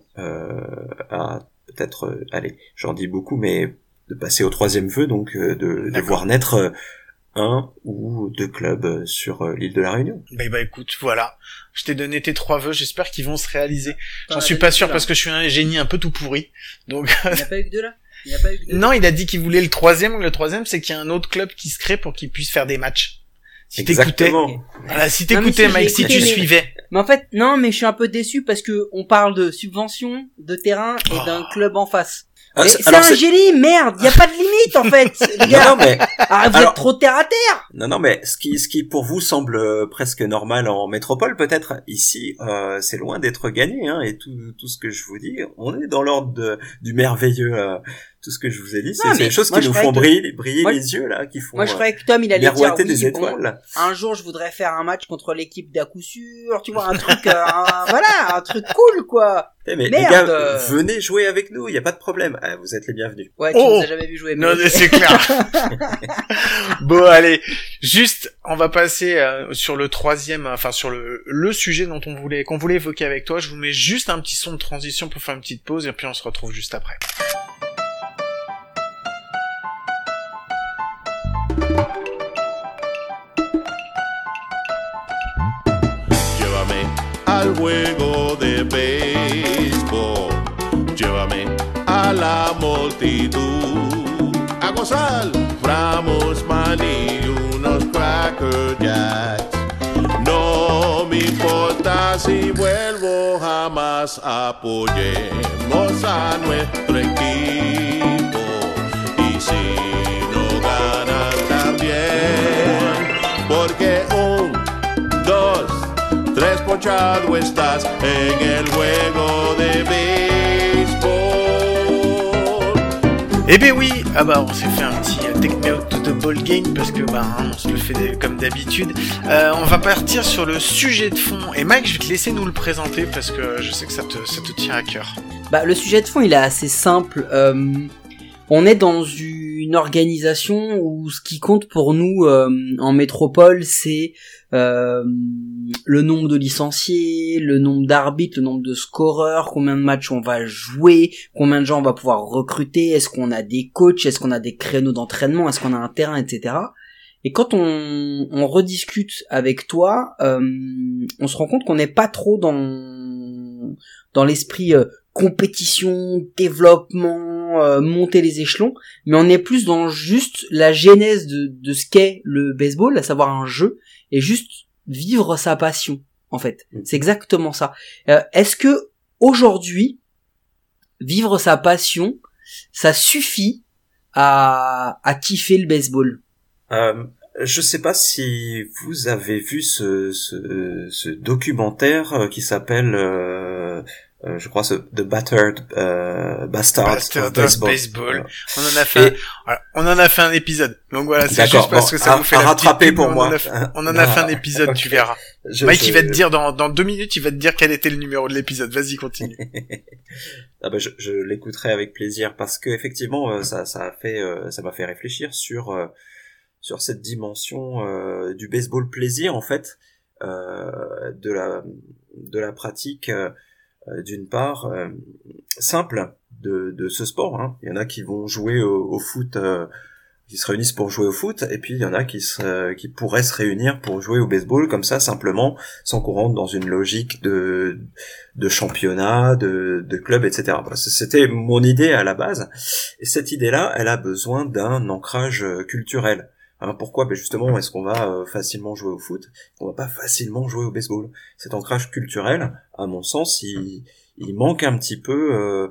à peut-être, allez, j'en dis beaucoup, mais de passer au troisième vœu, donc de voir naître un ou 2 clubs sur l'île de la Réunion. Bah écoute, voilà. Je t'ai donné tes 3 vœux, j'espère qu'ils vont se réaliser. J'en suis pas sûr parce que je suis un génie un peu tout pourri. Donc. Il n'y a pas eu que 2 là? Non, il a dit qu'il voulait le troisième. Le troisième, c'est qu'il y a un autre club qui se crée pour qu'il puisse faire des matchs. Si t'écoutais. Voilà, si t'écoutais, Mike, si tu suivais. Mais en fait, non, mais je suis un peu déçu parce que on parle de subvention, de terrain et d'un club en face. C'est un génie, merde, y a pas de limite en fait, les gars. Non, mais vous êtes trop terre à terre. Non, mais ce qui pour vous semble presque normal en métropole, peut-être ici, c'est loin d'être gagné, hein. Et tout ce que je vous dis, on est dans l'ordre du merveilleux. Tout ce que je vous ai dit, c'est des choses qui nous font briller les yeux là, qui font. Moi, je croyais que Tom, il allait dire des étoiles. Un jour, je voudrais faire un match contre l'équipe d'à coup sûr, tu vois, un truc, voilà, un truc cool, quoi. Mais les gars, venez jouer avec nous, y a pas de problème. Vous êtes les bienvenus. Ouais, tu nous as jamais vu jouer. Non, c'est clair. Bon, allez, juste, on va passer sur le troisième, enfin sur le sujet qu'on voulait évoquer avec toi. Je vous mets juste un petit son de transition pour faire une petite pause et puis on se retrouve juste après. Llévame al juego de béisbol. Llévame a la multitud a gozar. Ramos, maní y unos Cracker Jacks. No me importa si vuelvo jamás, apoyemos a nuestro equipo. Y si no ganan también, porque 1, 2, 3 ponchado estás en el juego de béisbol. Eh ben oui, ah bah on s'est fait un petit take me out to the ball game parce que on se le fait comme d'habitude. On va partir sur le sujet de fond et Mike, je vais te laisser nous le présenter parce que je sais que ça te tient à cœur. Bah le sujet de fond il est assez simple. On est dans une organisation où ce qui compte pour nous en métropole c'est le nombre de licenciés, le nombre d'arbitres, le nombre de scoreurs, combien de matchs on va jouer, combien de gens on va pouvoir recruter, est-ce qu'on a des coachs, est-ce qu'on a des créneaux d'entraînement, est-ce qu'on a un terrain, etc. Et quand on rediscute avec toi, on se rend compte qu'on n'est pas trop dans l'esprit compétition, développement, monter les échelons, mais on est plus dans juste la genèse de ce qu'est le baseball, à savoir un jeu, et juste vivre sa passion, en fait. C'est exactement ça. Est-ce que aujourd'hui, vivre sa passion, ça suffit à kiffer le baseball? Je sais pas si vous avez vu ce documentaire qui s'appelle je crois The Battered Bastard of Baseball. On en a fait un épisode. Donc voilà, c'est d'accord, juste parce que ça vous fait rattraper pour moi. On en a fait un épisode, okay. Tu verras. Mike, il va te dire dans 2 minutes, il va te dire quel était le numéro de l'épisode. Vas-y, continue. Ah bah je l'écouterai avec plaisir parce que effectivement ça m'a fait réfléchir sur cette dimension du baseball plaisir en fait, de la pratique d'une part simple de ce sport, hein. Il y en a qui vont jouer au foot, qui se réunissent pour jouer au foot, et puis il y en a qui pourraient se réunir pour jouer au baseball comme ça simplement, sans qu'on rentre dans une logique de championnat, de club, etc. C'était mon idée à la base, et cette idée-là, elle a besoin d'un ancrage culturel. Hein, pourquoi? Ben justement, est-ce qu'on va facilement jouer au foot? On va pas facilement jouer au baseball. Cet ancrage culturel, à mon sens, il manque un petit peu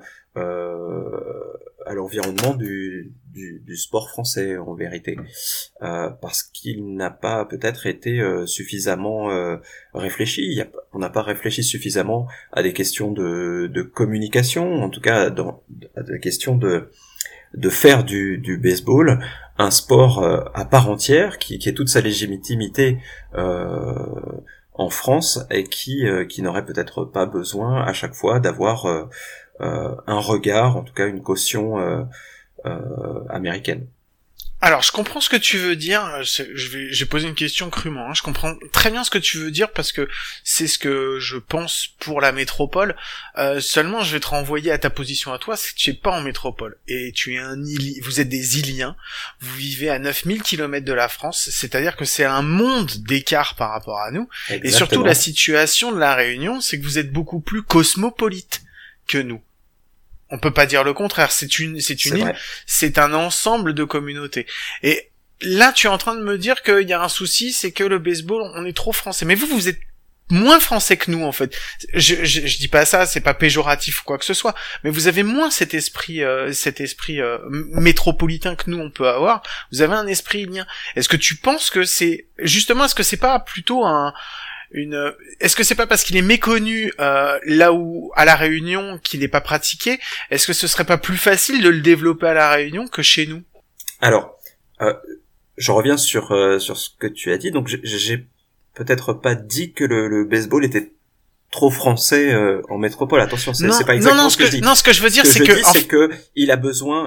à l'environnement du sport français, en vérité, parce qu'il n'a pas peut-être été suffisamment réfléchi. On n'a pas réfléchi suffisamment à des questions de communication, en tout cas à des questions de faire du baseball un sport à part entière qui ait toute sa légitimité en France et qui n'aurait peut-être pas besoin à chaque fois d'avoir un regard, en tout cas une caution américaine. Alors, je comprends ce que tu veux dire. J'ai posé une question crûment. Hein. Je comprends très bien ce que tu veux dire parce que c'est ce que je pense pour la métropole. Seulement, je vais te renvoyer à ta position à toi. C'est que tu es pas en métropole et tu es vous êtes des Iliens. Vous vivez à 9000 km de la France. C'est-à-dire que c'est un monde d'écart par rapport à nous. Exactement. Et surtout, la situation de la Réunion, c'est que vous êtes beaucoup plus cosmopolite que nous. On peut pas dire le contraire, c'est une île, c'est un ensemble de communautés. Et là, tu es en train de me dire qu'il y a un souci, c'est que le baseball, on est trop français. Mais vous êtes moins français que nous, en fait. Je dis pas ça, c'est pas péjoratif ou quoi que ce soit, mais vous avez moins cet esprit métropolitain que nous, on peut avoir. Vous avez un esprit ilien. Est-ce que tu penses que est-ce que c'est pas plutôt est-ce que c'est pas parce qu'il est méconnu là où à la Réunion qu'il n'est pas pratiqué? Est-ce que ce serait pas plus facile de le développer à la Réunion que chez nous? Alors, je reviens sur ce que tu as dit. Donc, j'ai peut-être pas dit que le baseball était trop français en métropole. Attention, c'est pas exactement ce que je dis. Non, ce que je veux dire, c'est que il a besoin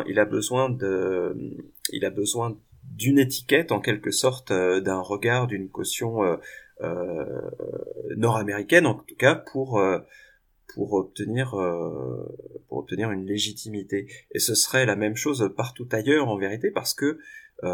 d'une étiquette en quelque sorte, d'un regard, d'une caution nord-américaine en tout cas pour obtenir une légitimité. Et ce serait la même chose partout ailleurs en vérité, parce que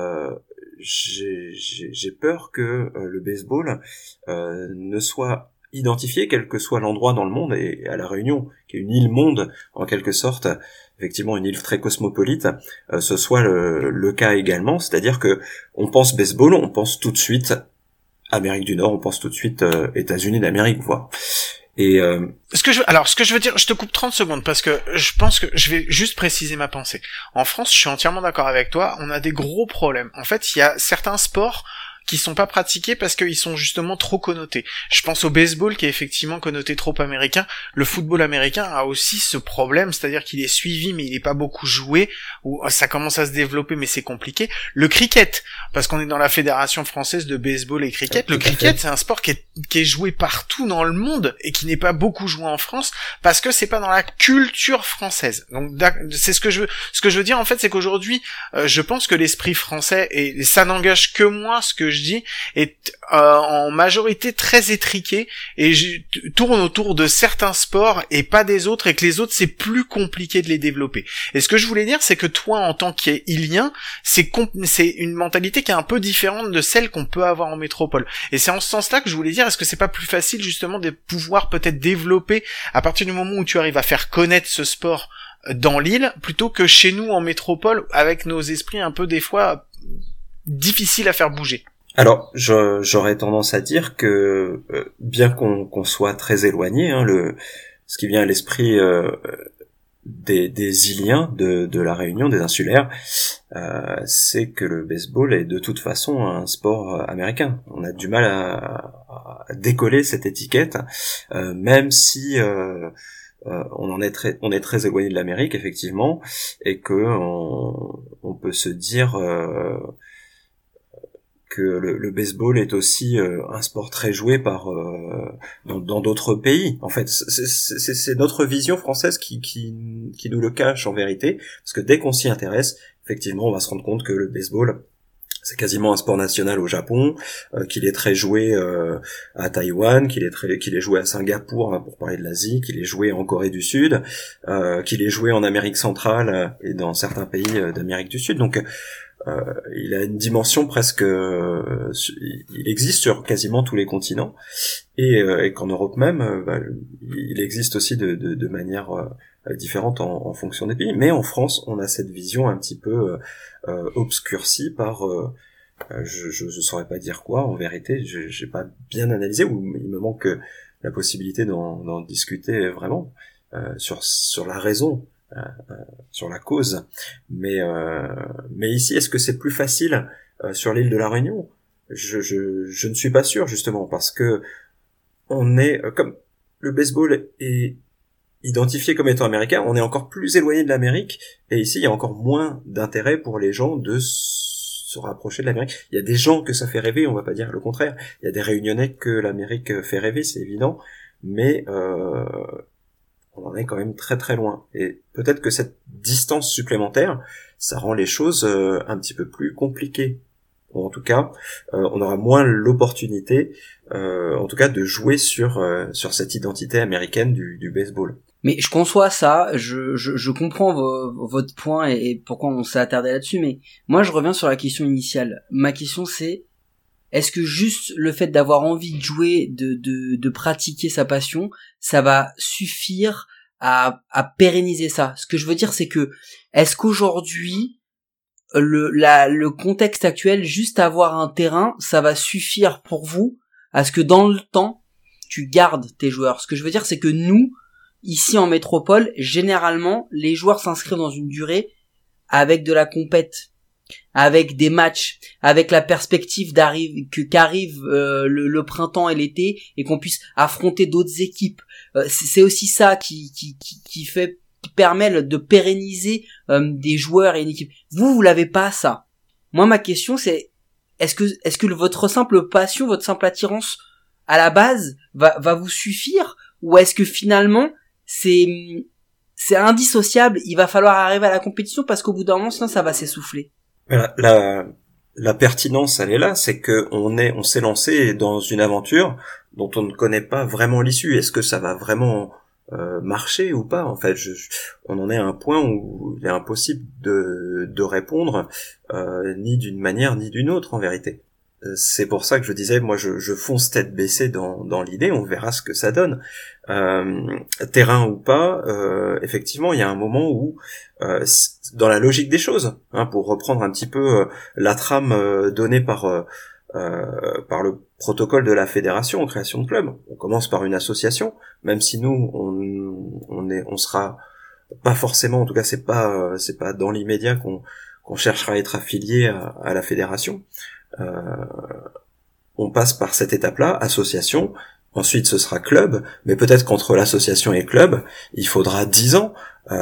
j'ai peur que le baseball ne soit identifié, quel que soit l'endroit dans le monde, et à La Réunion, qui est une île monde en quelque sorte, effectivement une île très cosmopolite, ce soit le cas également, c'est-à-dire que on pense baseball, on pense tout de suite Amérique du Nord, on pense tout de suite États-Unis d'Amérique, voire. Et ce que je veux dire, je te coupe 30 secondes parce que je pense que je vais juste préciser ma pensée. En France, je suis entièrement d'accord avec toi, on a des gros problèmes. En fait, il y a certains sports qui sont pas pratiqués parce qu'ils sont justement trop connotés. Je pense au baseball qui est effectivement connoté trop américain. Le football américain a aussi ce problème, c'est-à-dire qu'il est suivi mais il est pas beaucoup joué, ou ça commence à se développer mais c'est compliqué. Le cricket, parce qu'on est dans la fédération française de baseball et cricket. Le cricket, c'est un sport qui est joué partout dans le monde et qui n'est pas beaucoup joué en France parce que c'est pas dans la culture française. Donc c'est ce que je veux dire en fait, c'est qu'aujourd'hui, je pense que l'esprit français, et ça n'engage que moi ce que je dis, est en majorité très étriqué et tourne autour de certains sports et pas des autres, et que les autres c'est plus compliqué de les développer. Et ce que je voulais dire, c'est que toi en tant qu'Ilien, c'est une mentalité qui est un peu différente de celle qu'on peut avoir en métropole. Et c'est en ce sens-là que je voulais dire, est-ce que c'est pas plus facile justement de pouvoir peut-être développer à partir du moment où tu arrives à faire connaître ce sport dans l'île, plutôt que chez nous en métropole avec nos esprits un peu des fois difficiles à faire bouger. Alors, j'aurais tendance à dire que bien qu'on soit très éloigné, hein, ce qui vient à l'esprit des Iliens de La Réunion, des insulaires, c'est que le baseball est de toute façon un sport américain. On a du mal à décoller cette étiquette, même si on est très éloigné de l'Amérique effectivement, et que on peut se dire que le baseball est aussi un sport très joué dans d'autres pays. En fait, c'est notre vision française qui nous le cache en vérité, parce que dès qu'on s'y intéresse, effectivement, on va se rendre compte que le baseball, c'est quasiment un sport national au Japon, qu'il est très joué à Taïwan, qu'il est joué à Singapour, hein, pour parler de l'Asie, qu'il est joué en Corée du Sud, qu'il est joué en Amérique centrale et dans certains pays d'Amérique du Sud. Donc il a une dimension presque, il existe sur quasiment tous les continents, et qu'en Europe même, il existe aussi de manière différente en fonction des pays. Mais en France, on a cette vision un petit peu obscurcie par, je saurais pas dire quoi. En vérité, j'ai pas bien analysé, ou il me manque la possibilité d'en discuter vraiment sur la raison. Sur la cause, mais ici, est-ce que c'est plus facile sur l'île de la Réunion? Je ne suis pas sûr, justement, parce que on est, comme le baseball est identifié comme étant américain, on est encore plus éloigné de l'Amérique, et ici il y a encore moins d'intérêt pour les gens de se rapprocher de l'Amérique. Il y a des gens que ça fait rêver, on va pas dire le contraire, il y a des Réunionnais que l'Amérique fait rêver, c'est évident, mais on en est quand même très très loin. Et peut-être que cette distance supplémentaire, ça rend les choses un petit peu plus compliquées. Ou en tout cas, on aura moins l'opportunité, en tout cas, de jouer sur cette identité américaine du baseball. Mais je conçois ça, je comprends votre point et pourquoi on s'est attardé là-dessus, mais moi je reviens sur la question initiale. Ma question c'est, est-ce que juste le fait d'avoir envie de jouer, de pratiquer sa passion, ça va suffire à pérenniser ça? Ce que je veux dire, c'est que, est-ce qu'aujourd'hui, le contexte actuel, juste avoir un terrain, ça va suffire pour vous à ce que dans le temps, tu gardes tes joueurs? Ce que je veux dire, c'est que nous, ici en métropole, généralement, les joueurs s'inscrivent dans une durée avec de la compète, avec des matchs, avec la perspective qu'arrive le printemps et l'été, et qu'on puisse affronter d'autres équipes. C'est aussi ça qui permet de pérenniser des joueurs et une équipe. Vous l'avez pas, ça. Moi, ma question c'est, est-ce que votre simple passion, votre simple attirance à la base va vous suffire, ou est-ce que finalement c'est indissociable, il va falloir arriver à la compétition parce qu'au bout d'un moment sinon ça va s'essouffler? La pertinence, elle est là, c'est que on s'est lancé dans une aventure dont on ne connaît pas vraiment l'issue. Est-ce que ça va vraiment marcher ou pas? En fait, on en est à un point où il est impossible de répondre ni d'une manière ni d'une autre en vérité. c'est pour ça que je disais, moi je fonce tête baissée dans l'idée, on verra ce que ça donne. Terrain ou pas, effectivement, il y a un moment où, dans la logique des choses, hein, pour reprendre un petit peu la trame donnée par le protocole de la fédération en création de club, on commence par une association, même si nous on sera pas forcément, en tout cas c'est pas dans l'immédiat qu'on cherchera à être affilié à la fédération. On passe par cette étape-là, association, ensuite ce sera club, mais peut-être qu'entre l'association et club, il faudra 10 ans,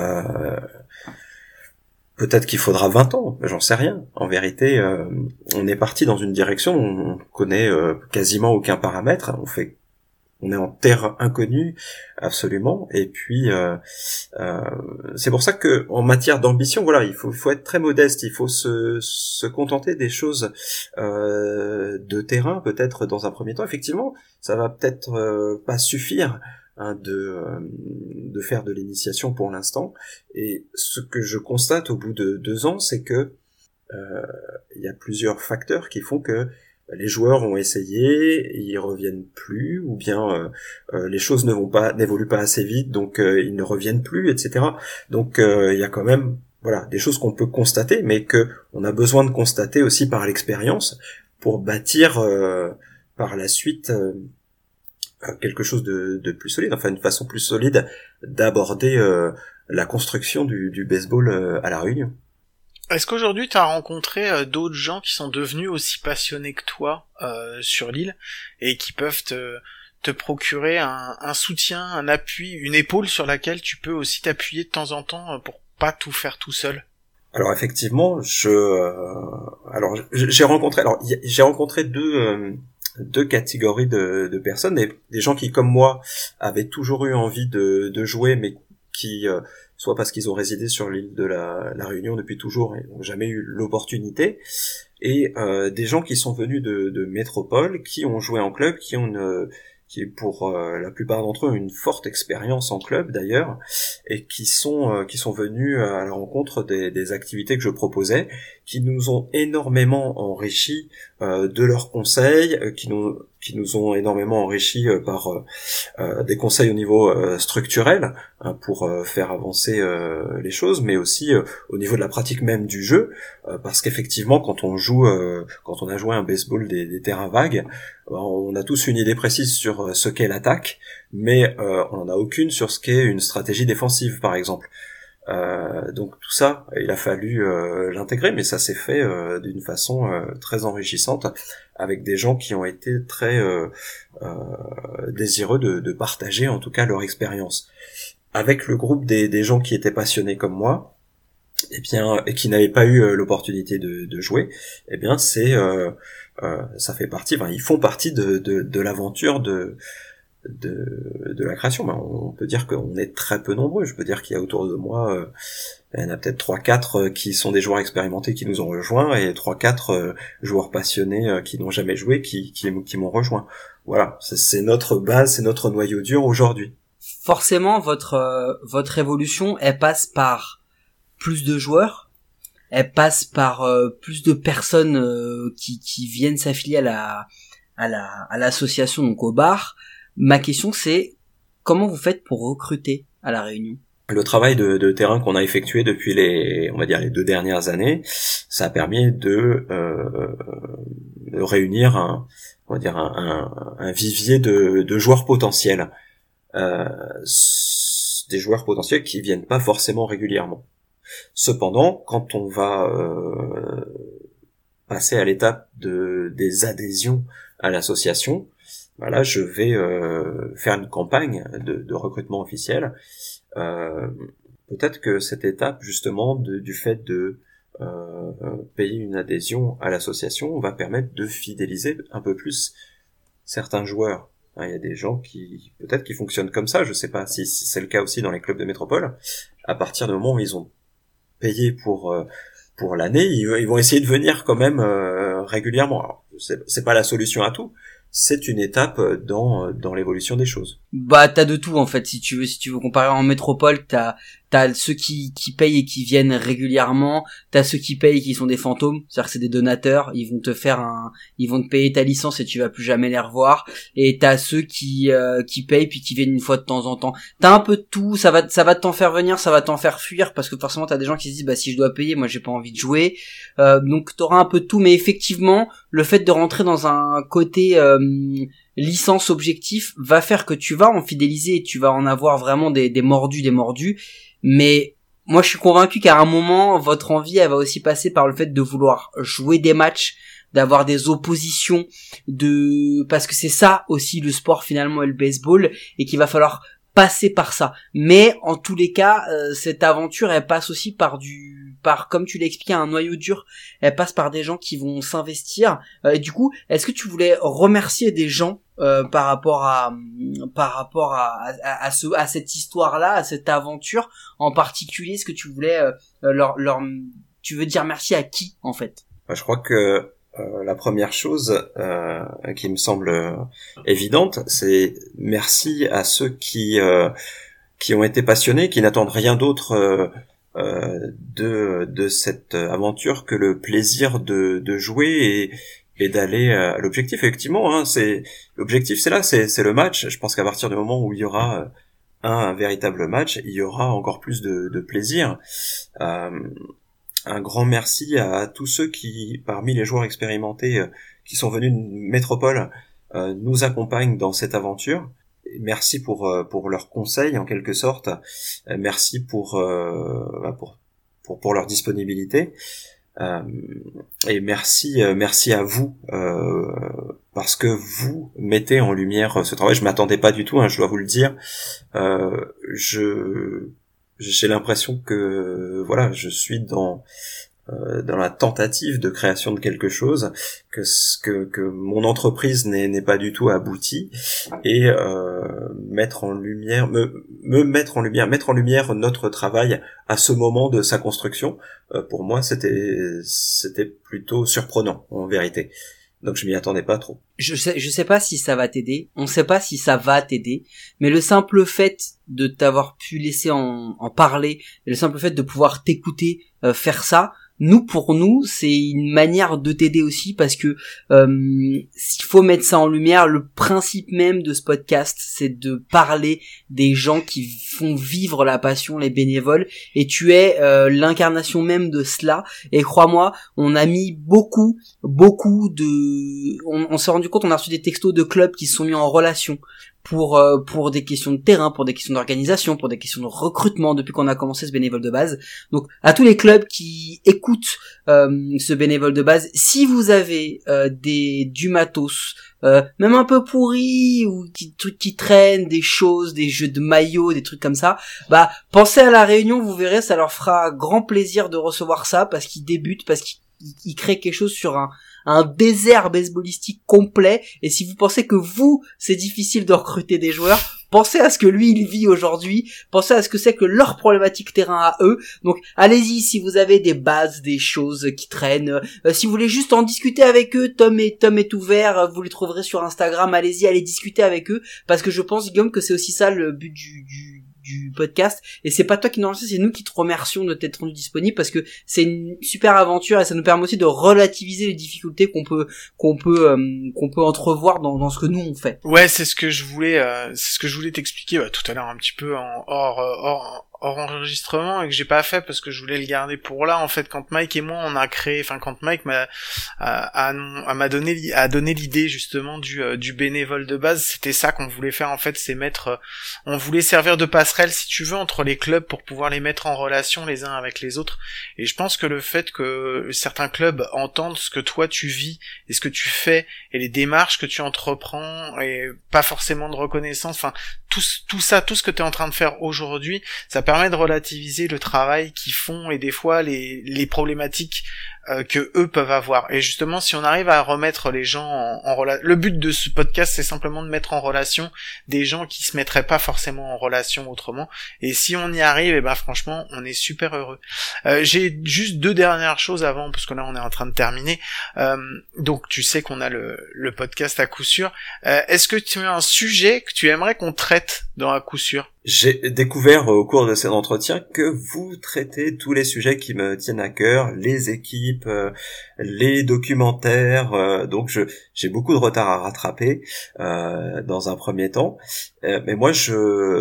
peut-être qu'il faudra 20 ans, j'en sais rien. En vérité, on est parti dans une direction où on connaît quasiment aucun paramètre, on est en terre inconnue absolument, et puis c'est pour ça que en matière d'ambition, voilà, il faut être très modeste, il faut se contenter des choses de terrain, peut-être dans un premier temps. Effectivement, ça va peut-être pas suffire, hein, de faire de l'initiation pour l'instant, et ce que je constate au bout de 2 ans, c'est que il y a plusieurs facteurs qui font que les joueurs ont essayé, ils reviennent plus, ou bien les choses n'évoluent pas assez vite, donc ils ne reviennent plus, etc. Donc il y a quand même, voilà, des choses qu'on peut constater, mais que on a besoin de constater aussi par l'expérience pour bâtir par la suite quelque chose de plus solide, enfin une façon plus solide d'aborder la construction du baseball à La Réunion. Est-ce qu'aujourd'hui tu as rencontré d'autres gens qui sont devenus aussi passionnés que toi sur l'île et qui peuvent te procurer un soutien, un appui, une épaule sur laquelle tu peux aussi t'appuyer de temps en temps pour pas tout faire tout seul? Alors effectivement, j'ai rencontré deux catégories de personnes, des gens qui comme moi avaient toujours eu envie de jouer, mais qui soit parce qu'ils ont résidé sur l'île de la Réunion depuis toujours et n'ont jamais eu l'opportunité, et des gens qui sont venus de métropole, qui ont joué en club, qui pour la plupart d'entre eux ont une forte expérience en club d'ailleurs, et qui sont venus à la rencontre des activités que je proposais, qui nous ont énormément enrichis de leurs conseils, qui nous ont énormément enrichis par des conseils au niveau structurel, hein, pour faire avancer les choses, mais aussi au niveau de la pratique même du jeu, parce qu'effectivement quand on a joué un baseball des terrains vagues, on a tous une idée précise sur ce qu'est l'attaque, mais on n'en a aucune sur ce qu'est une stratégie défensive par exemple. Donc tout ça, il a fallu l'intégrer, mais ça s'est fait d'une façon très enrichissante, avec des gens qui ont été très désireux de partager en tout cas leur expérience. Avec le groupe des gens qui étaient passionnés comme moi, et bien, et qui n'avaient pas eu l'opportunité de jouer, eh bien c'est ça fait partie, enfin ils font partie de l'aventure de la création. Ben, on peut dire qu'on est très peu nombreux. Je peux dire qu'il y a autour de moi, il y en a peut-être 3-4 qui sont des joueurs expérimentés qui nous ont rejoints, et 3-4 joueurs passionnés qui n'ont jamais joué qui m'ont rejoint. Voilà, c'est notre base, c'est notre noyau dur aujourd'hui. Forcément, votre évolution, elle passe par plus de joueurs, elle passe par plus de personnes qui viennent s'affilier à l'association, donc au bar. Ma question, c'est comment vous faites pour recruter à La Réunion? Le travail de terrain qu'on a effectué depuis les 2 dernières années, ça a permis de réunir un vivier de joueurs potentiels, des joueurs potentiels qui viennent pas forcément régulièrement. Cependant, quand on va passer à l'étape des adhésions à l'association, voilà, je vais faire une campagne de recrutement officiel. Peut-être que cette étape, justement, du fait de payer une adhésion à l'association, va permettre de fidéliser un peu plus certains joueurs. Il y a des gens qui fonctionnent comme ça. Je sais pas si c'est le cas aussi dans les clubs de métropole. À partir du moment où ils ont payé pour l'année, ils vont essayer de venir quand même régulièrement. Alors, c'est pas la solution à tout, c'est une étape dans l'évolution des choses. Bah t'as de tout en fait, si tu veux comparer en métropole, t'as ceux qui payent et qui viennent régulièrement, t'as ceux qui payent et qui sont des fantômes, c'est-à-dire que c'est des donateurs, ils vont te payer ta licence et tu vas plus jamais les revoir, et t'as ceux qui payent puis qui viennent une fois de temps en temps. T'as un peu de tout, ça va t'en faire venir, ça va t'en faire fuir, parce que forcément t'as des gens qui se disent bah si je dois payer, moi j'ai pas envie de jouer, donc t'auras un peu de tout, mais effectivement le fait de rentrer dans un côté licence objectif va faire que tu vas en fidéliser et tu vas en avoir vraiment des mordus, mais moi je suis convaincu qu'à un moment votre envie elle va aussi passer par le fait de vouloir jouer des matchs, d'avoir des oppositions, parce que c'est ça aussi le sport finalement et le baseball, et qu'il va falloir passer par ça. Mais en tous les cas, cette aventure elle passe aussi par comme tu l'as expliqué, un noyau dur. Elle passe par des gens qui vont s'investir. Et du coup, est-ce que tu voulais remercier des gens par rapport à cette histoire-là, à cette aventure en particulier? Est-ce que tu voulais tu veux dire merci à qui en fait? Je crois que la première chose qui me semble évidente, c'est merci à ceux qui ont été passionnés, qui n'attendent rien d'autre de cette aventure que le plaisir de jouer et d'aller à l'objectif. Effectivement, hein, l'objectif, c'est là, c'est le match. Je pense qu'à partir du moment où il y aura un véritable match, il y aura encore plus de plaisir. Un grand merci à tous ceux qui, parmi les joueurs expérimentés qui sont venus de Métropole, nous accompagnent dans cette aventure. Merci pour leurs conseils en quelque sorte. Merci pour leur disponibilité. Et merci à vous parce que vous mettez en lumière ce travail. Je m'attendais pas du tout, hein, je dois vous le dire. J'ai l'impression que voilà, je suis dans la tentative de création de quelque chose, que mon entreprise n'est pas du tout aboutie, et mettre en lumière notre travail à ce moment de sa construction, pour moi c'était plutôt surprenant en vérité. Donc je m'y attendais pas trop. Je sais pas si ça va t'aider, on sait pas si ça va t'aider, mais le simple fait de t'avoir pu laisser en parler, et le simple fait de pouvoir t'écouter faire ça, pour nous, c'est une manière de t'aider aussi, parce que s'il faut mettre ça en lumière, le principe même de ce podcast, c'est de parler des gens qui font vivre la passion, les bénévoles, et tu es l'incarnation même de cela. Et crois-moi, on a mis beaucoup on s'est rendu compte, on a reçu des textos de clubs qui se sont mis en relation pour des questions de terrain, pour des questions d'organisation, pour des questions de recrutement depuis qu'on a commencé ce bénévole de base. Donc à tous les clubs qui écoutent ce bénévole de base, si vous avez du matos même un peu pourri, ou trucs qui traînent, des choses, des jeux de maillots, des trucs comme ça, bah pensez à la réunion, vous verrez, ça leur fera grand plaisir de recevoir ça, parce qu'ils débutent, parce qu'ils créent quelque chose sur un désert baseballistique complet. Et si vous pensez que c'est difficile de recruter des joueurs, pensez à ce que lui il vit aujourd'hui, pensez à ce que c'est que leur problématique terrain à eux. Donc allez-y, si vous avez des bases, des choses qui traînent, si vous voulez juste en discuter avec eux, Tom est ouvert, vous les trouverez sur Instagram, allez discuter avec eux, parce que je pense, Guillaume, que c'est aussi ça le but du podcast, et c'est pas toi qui nous remercie, c'est nous qui te remercions de t'être rendu disponible, parce que c'est une super aventure et ça nous permet aussi de relativiser les difficultés qu'on peut entrevoir dans ce que nous on fait. Ouais, c'est ce que je voulais t'expliquer tout à l'heure un petit peu en hors enregistrement, et que j'ai pas fait parce que je voulais le garder pour là, en fait, quand Mike et moi on a créé, quand Mike m'a donné l'idée justement du bénévole de base, c'était ça qu'on voulait faire, en fait, c'est on voulait servir de passerelle, si tu veux, entre les clubs pour pouvoir les mettre en relation les uns avec les autres. Et je pense que le fait que certains clubs entendent ce que toi tu vis et ce que tu fais et les démarches que tu entreprends, et pas forcément de reconnaissance, tout ce que tu es en train de faire aujourd'hui, ça permet de relativiser le travail qu'ils font, et des fois les problématiques que eux peuvent avoir. Et justement, si on arrive à remettre les gens en relation, le but de ce podcast, c'est simplement de mettre en relation des gens qui se mettraient pas forcément en relation autrement. Et si on y arrive, et ben franchement, on est super heureux. J'ai juste 2 dernières choses avant, parce que là on est en train de terminer. Donc tu sais qu'on a le podcast à coup sûr. Est-ce que tu as un sujet que tu aimerais qu'on traite dans à coup sûr? J'ai découvert au cours de cet entretien que vous traitez tous les sujets qui me tiennent à cœur, les équipes, les documentaires, donc j'ai beaucoup de retard à rattraper dans un premier temps, mais moi je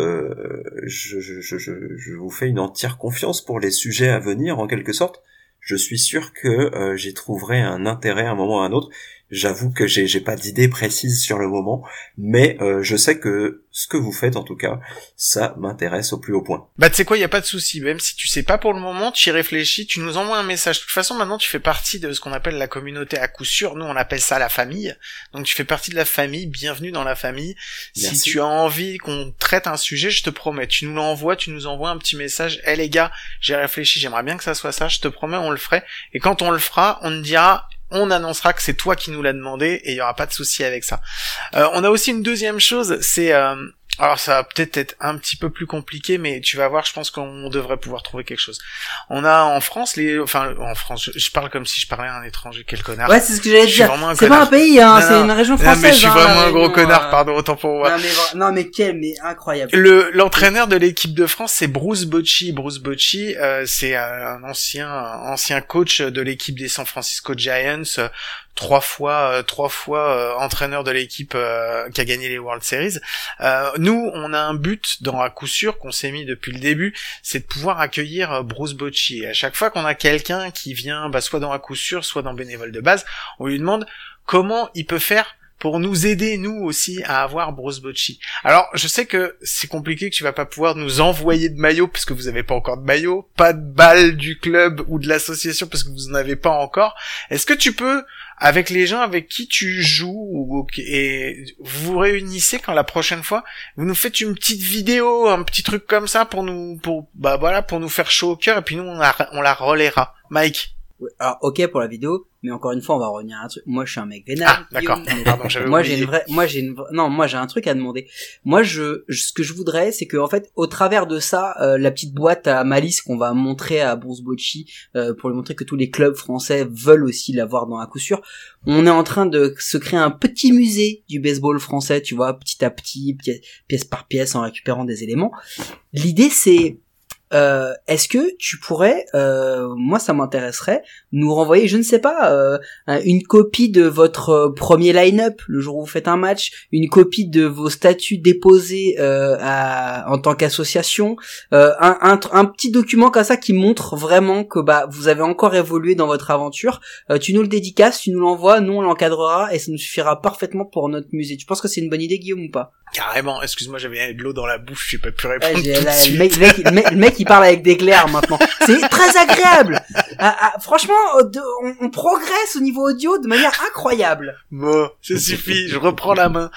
vous fais une entière confiance pour les sujets à venir en quelque sorte. Je suis sûr que j'y trouverai un intérêt à un moment ou à un autre. J'avoue que j'ai pas d'idée précise sur le moment, mais je sais que ce que vous faites en tout cas, ça m'intéresse au plus haut point. Bah tu sais quoi, y a pas de souci, même si tu sais pas pour le moment, tu y réfléchis, tu nous envoies un message. De toute façon, maintenant tu fais partie de ce qu'on appelle la communauté à coup sûr. Nous on appelle ça la famille. Donc tu fais partie de la famille, bienvenue dans la famille. Merci. Si tu as envie qu'on traite un sujet, je te promets, tu nous l'envoies, tu nous envoies un petit message. Eh les gars, j'ai réfléchi, j'aimerais bien que ça soit ça, je te promets, on le ferait. Et quand on le fera, on te dira, on annoncera que c'est toi qui nous l'as demandé et il y aura pas de souci avec ça. On a aussi une deuxième chose, c'est alors ça va peut-être être un petit peu plus compliqué, mais tu vas voir, je pense qu'on devrait pouvoir trouver quelque chose. On a en France en France, je parle comme si je parlais à un étranger, quel connard. Ouais, c'est ce que j'allais Je suis dire. vraiment un C'est connard. pas un pays, hein, Non, c'est non. une région Non, française. mais je suis vraiment un gros Réunion, connard, pardon, autant pour moi. Non mais incroyable. L'entraîneur de l'équipe de France, c'est Bruce Bocci. Bruce Bocci, c'est un ancien coach de l'équipe des San Francisco Giants, 3 fois entraîneur de l'équipe qui a gagné les World Series. Nous, on a un but dans à coup sûr qu'on s'est mis depuis le début, c'est de pouvoir accueillir Bruce Bocci. Et à chaque fois qu'on a quelqu'un qui vient, soit dans à coup sûr, soit dans bénévole de base, on lui demande comment il peut faire pour nous aider, nous aussi, à avoir Bruce Bocci. Alors, je sais que c'est compliqué, que tu vas pas pouvoir nous envoyer de maillot, parce que vous avez pas encore de maillot, pas de balle du club ou de l'association, parce que vous en avez pas encore. Est-ce que tu peux, avec les gens avec qui tu joues, et vous vous réunissez quand la prochaine fois, vous nous faites une petite vidéo, un petit truc comme ça, pour nous faire chaud au cœur, et puis nous, on la relaiera. Mike? Ouais, alors, ok pour la vidéo, mais encore une fois, on va revenir à un truc. Moi, je suis un mec vénère. Ah, d'accord. Pardon, j'avais moi, oublié. moi, j'ai un truc à demander. Moi, ce que je voudrais, c'est que, en fait, au travers de ça, la petite boîte à malice qu'on va montrer à Bruce Bocci, pour lui montrer que tous les clubs français veulent aussi l'avoir dans à coup sûr, on est en train de se créer un petit musée du baseball français, tu vois, petit à petit, pièce par pièce, en récupérant des éléments. L'idée, c'est, est-ce que tu pourrais, moi ça m'intéresserait, nous renvoyer, je ne sais pas, une copie de votre premier line-up le jour où vous faites un match, une copie de vos statuts déposés en tant qu'association, un petit document comme ça qui montre vraiment que vous avez encore évolué dans votre aventure. Tu nous le dédicaces, tu nous l'envoies, nous on l'encadrera et ça nous suffira parfaitement pour notre musée. Tu penses que c'est une bonne idée, Guillaume, ou pas? Carrément, excuse-moi, j'avais de l'eau dans la bouche, j'ai pas pu répondre tout de Le suite. mec il parle avec des glaires maintenant. C'est très agréable. Franchement, on progresse au niveau audio de manière incroyable. Bon, ça suffit, je reprends la main.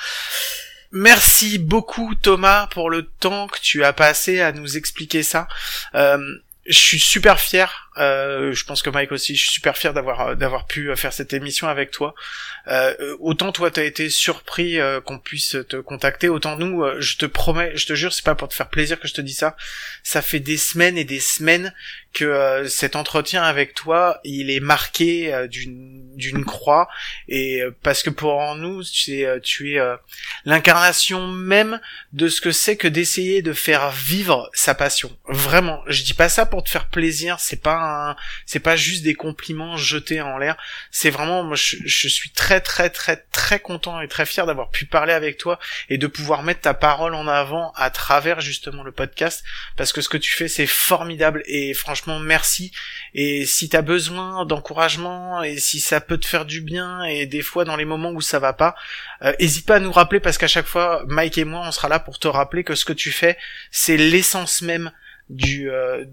Merci beaucoup Thomas pour le temps que tu as passé à nous expliquer ça. Je suis super fier, je pense que Mike aussi, je suis super fier d'avoir pu faire cette émission avec toi. Autant toi t'as été surpris qu'on puisse te contacter, autant nous, je te promets, je te jure, c'est pas pour te faire plaisir que je te dis ça. Ça fait des semaines et des semaines que cet entretien avec toi, il est marqué d'une croix, et parce que pour nous, tu es l'incarnation même de ce que c'est que d'essayer de faire vivre sa passion. Vraiment, je dis pas ça pour te faire plaisir, c'est pas juste des compliments jetés en l'air, c'est vraiment, moi je suis très très très très content et très fier d'avoir pu parler avec toi et de pouvoir mettre ta parole en avant à travers justement le podcast, parce que ce que tu fais c'est formidable, et franchement merci. Et si t'as besoin d'encouragement, et si ça peut te faire du bien, et des fois dans les moments où ça va pas, hésite pas à nous rappeler, parce qu'à chaque fois Mike et moi on sera là pour te rappeler que ce que tu fais c'est l'essence même du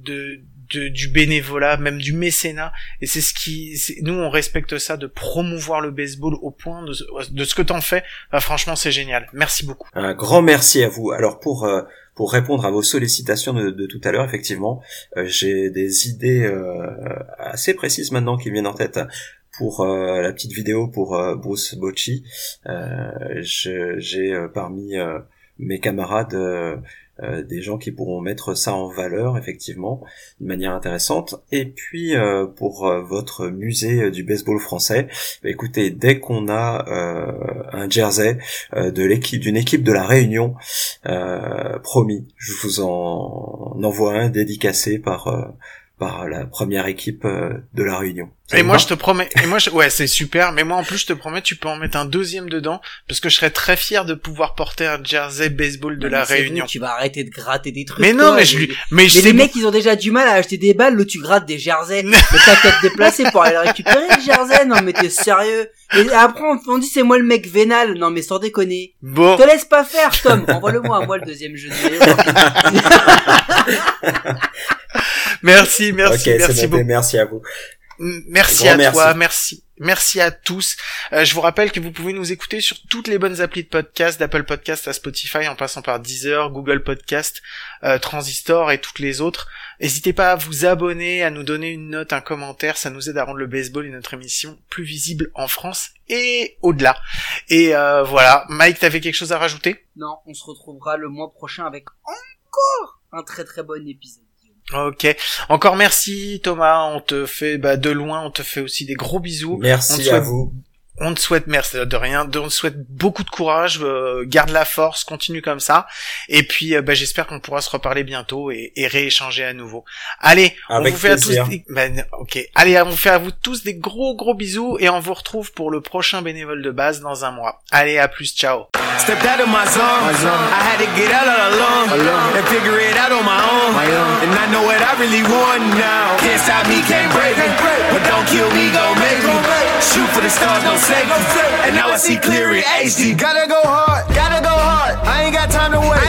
bénévolat, même du mécénat, et c'est nous on respecte ça, de promouvoir le baseball au point de ce que t'en fais. Franchement c'est génial, merci beaucoup. Un grand merci à vous. Alors pour pour répondre à vos sollicitations de tout à l'heure, effectivement, j'ai des idées assez précises maintenant qui me viennent en tête pour la petite vidéo pour Bruce Bocci. J'ai parmi mes camarades des gens qui pourront mettre ça en valeur, effectivement, de manière intéressante. Et puis, pour votre musée du baseball français, écoutez, dès qu'on a un jersey d'une équipe de la Réunion, promis, je vous en envoie un dédicacé par la première équipe de la Réunion. Et moi, je te promets, ouais, c'est super, mais moi, en plus, je te promets, tu peux en mettre un deuxième dedans, parce que je serais très fier de pouvoir porter un jersey baseball de la Réunion. Bon, tu vas arrêter de gratter des trucs. Mais non, mais mais les mecs, ils ont déjà du mal à acheter des balles, là, tu grattes des jerseys. Mais t'as qu'à te déplacer pour aller récupérer le jersey. Non, mais t'es sérieux. Et après, on dit, c'est moi le mec vénal. Non, mais sans déconner. Bon. Te laisse pas faire, Tom. Envoie-le-moi à moi, le deuxième jeu de vidéo. Merci beaucoup. Merci à vous. Merci à toi, merci à tous. Je vous rappelle que vous pouvez nous écouter sur toutes les bonnes applis de podcast, d'Apple Podcast à Spotify, en passant par Deezer, Google Podcast, Transistor et toutes les autres. N'hésitez pas à vous abonner, à nous donner une note, un commentaire, ça nous aide à rendre le baseball et notre émission plus visible en France et au-delà. Et voilà, Mike, t'avais quelque chose à rajouter ? Non, on se retrouvera le mois prochain avec encore un très très bon épisode. Ok, encore merci Thomas, on te fait de loin, on te fait aussi des gros bisous. Merci à vous. On te souhaite, merci de rien, on te souhaite beaucoup de courage, garde la force, continue comme ça, et puis j'espère qu'on pourra se reparler bientôt et rééchanger à nouveau. Allez, avec on vous fait plaisir. À tous allez, on vous fait à vous tous des gros bisous et on vous retrouve pour le prochain bénévole de base dans un mois. Allez, à plus, ciao. Stepped out of my zone. I had to get out alone and figure it out on my own. And I know what I really want now. Can't stop me, can't break me. But don't kill me, gon' make me. Shoot for the stars, don't save me. And now I see clear in HD. Gotta go hard, I ain't got time to wait.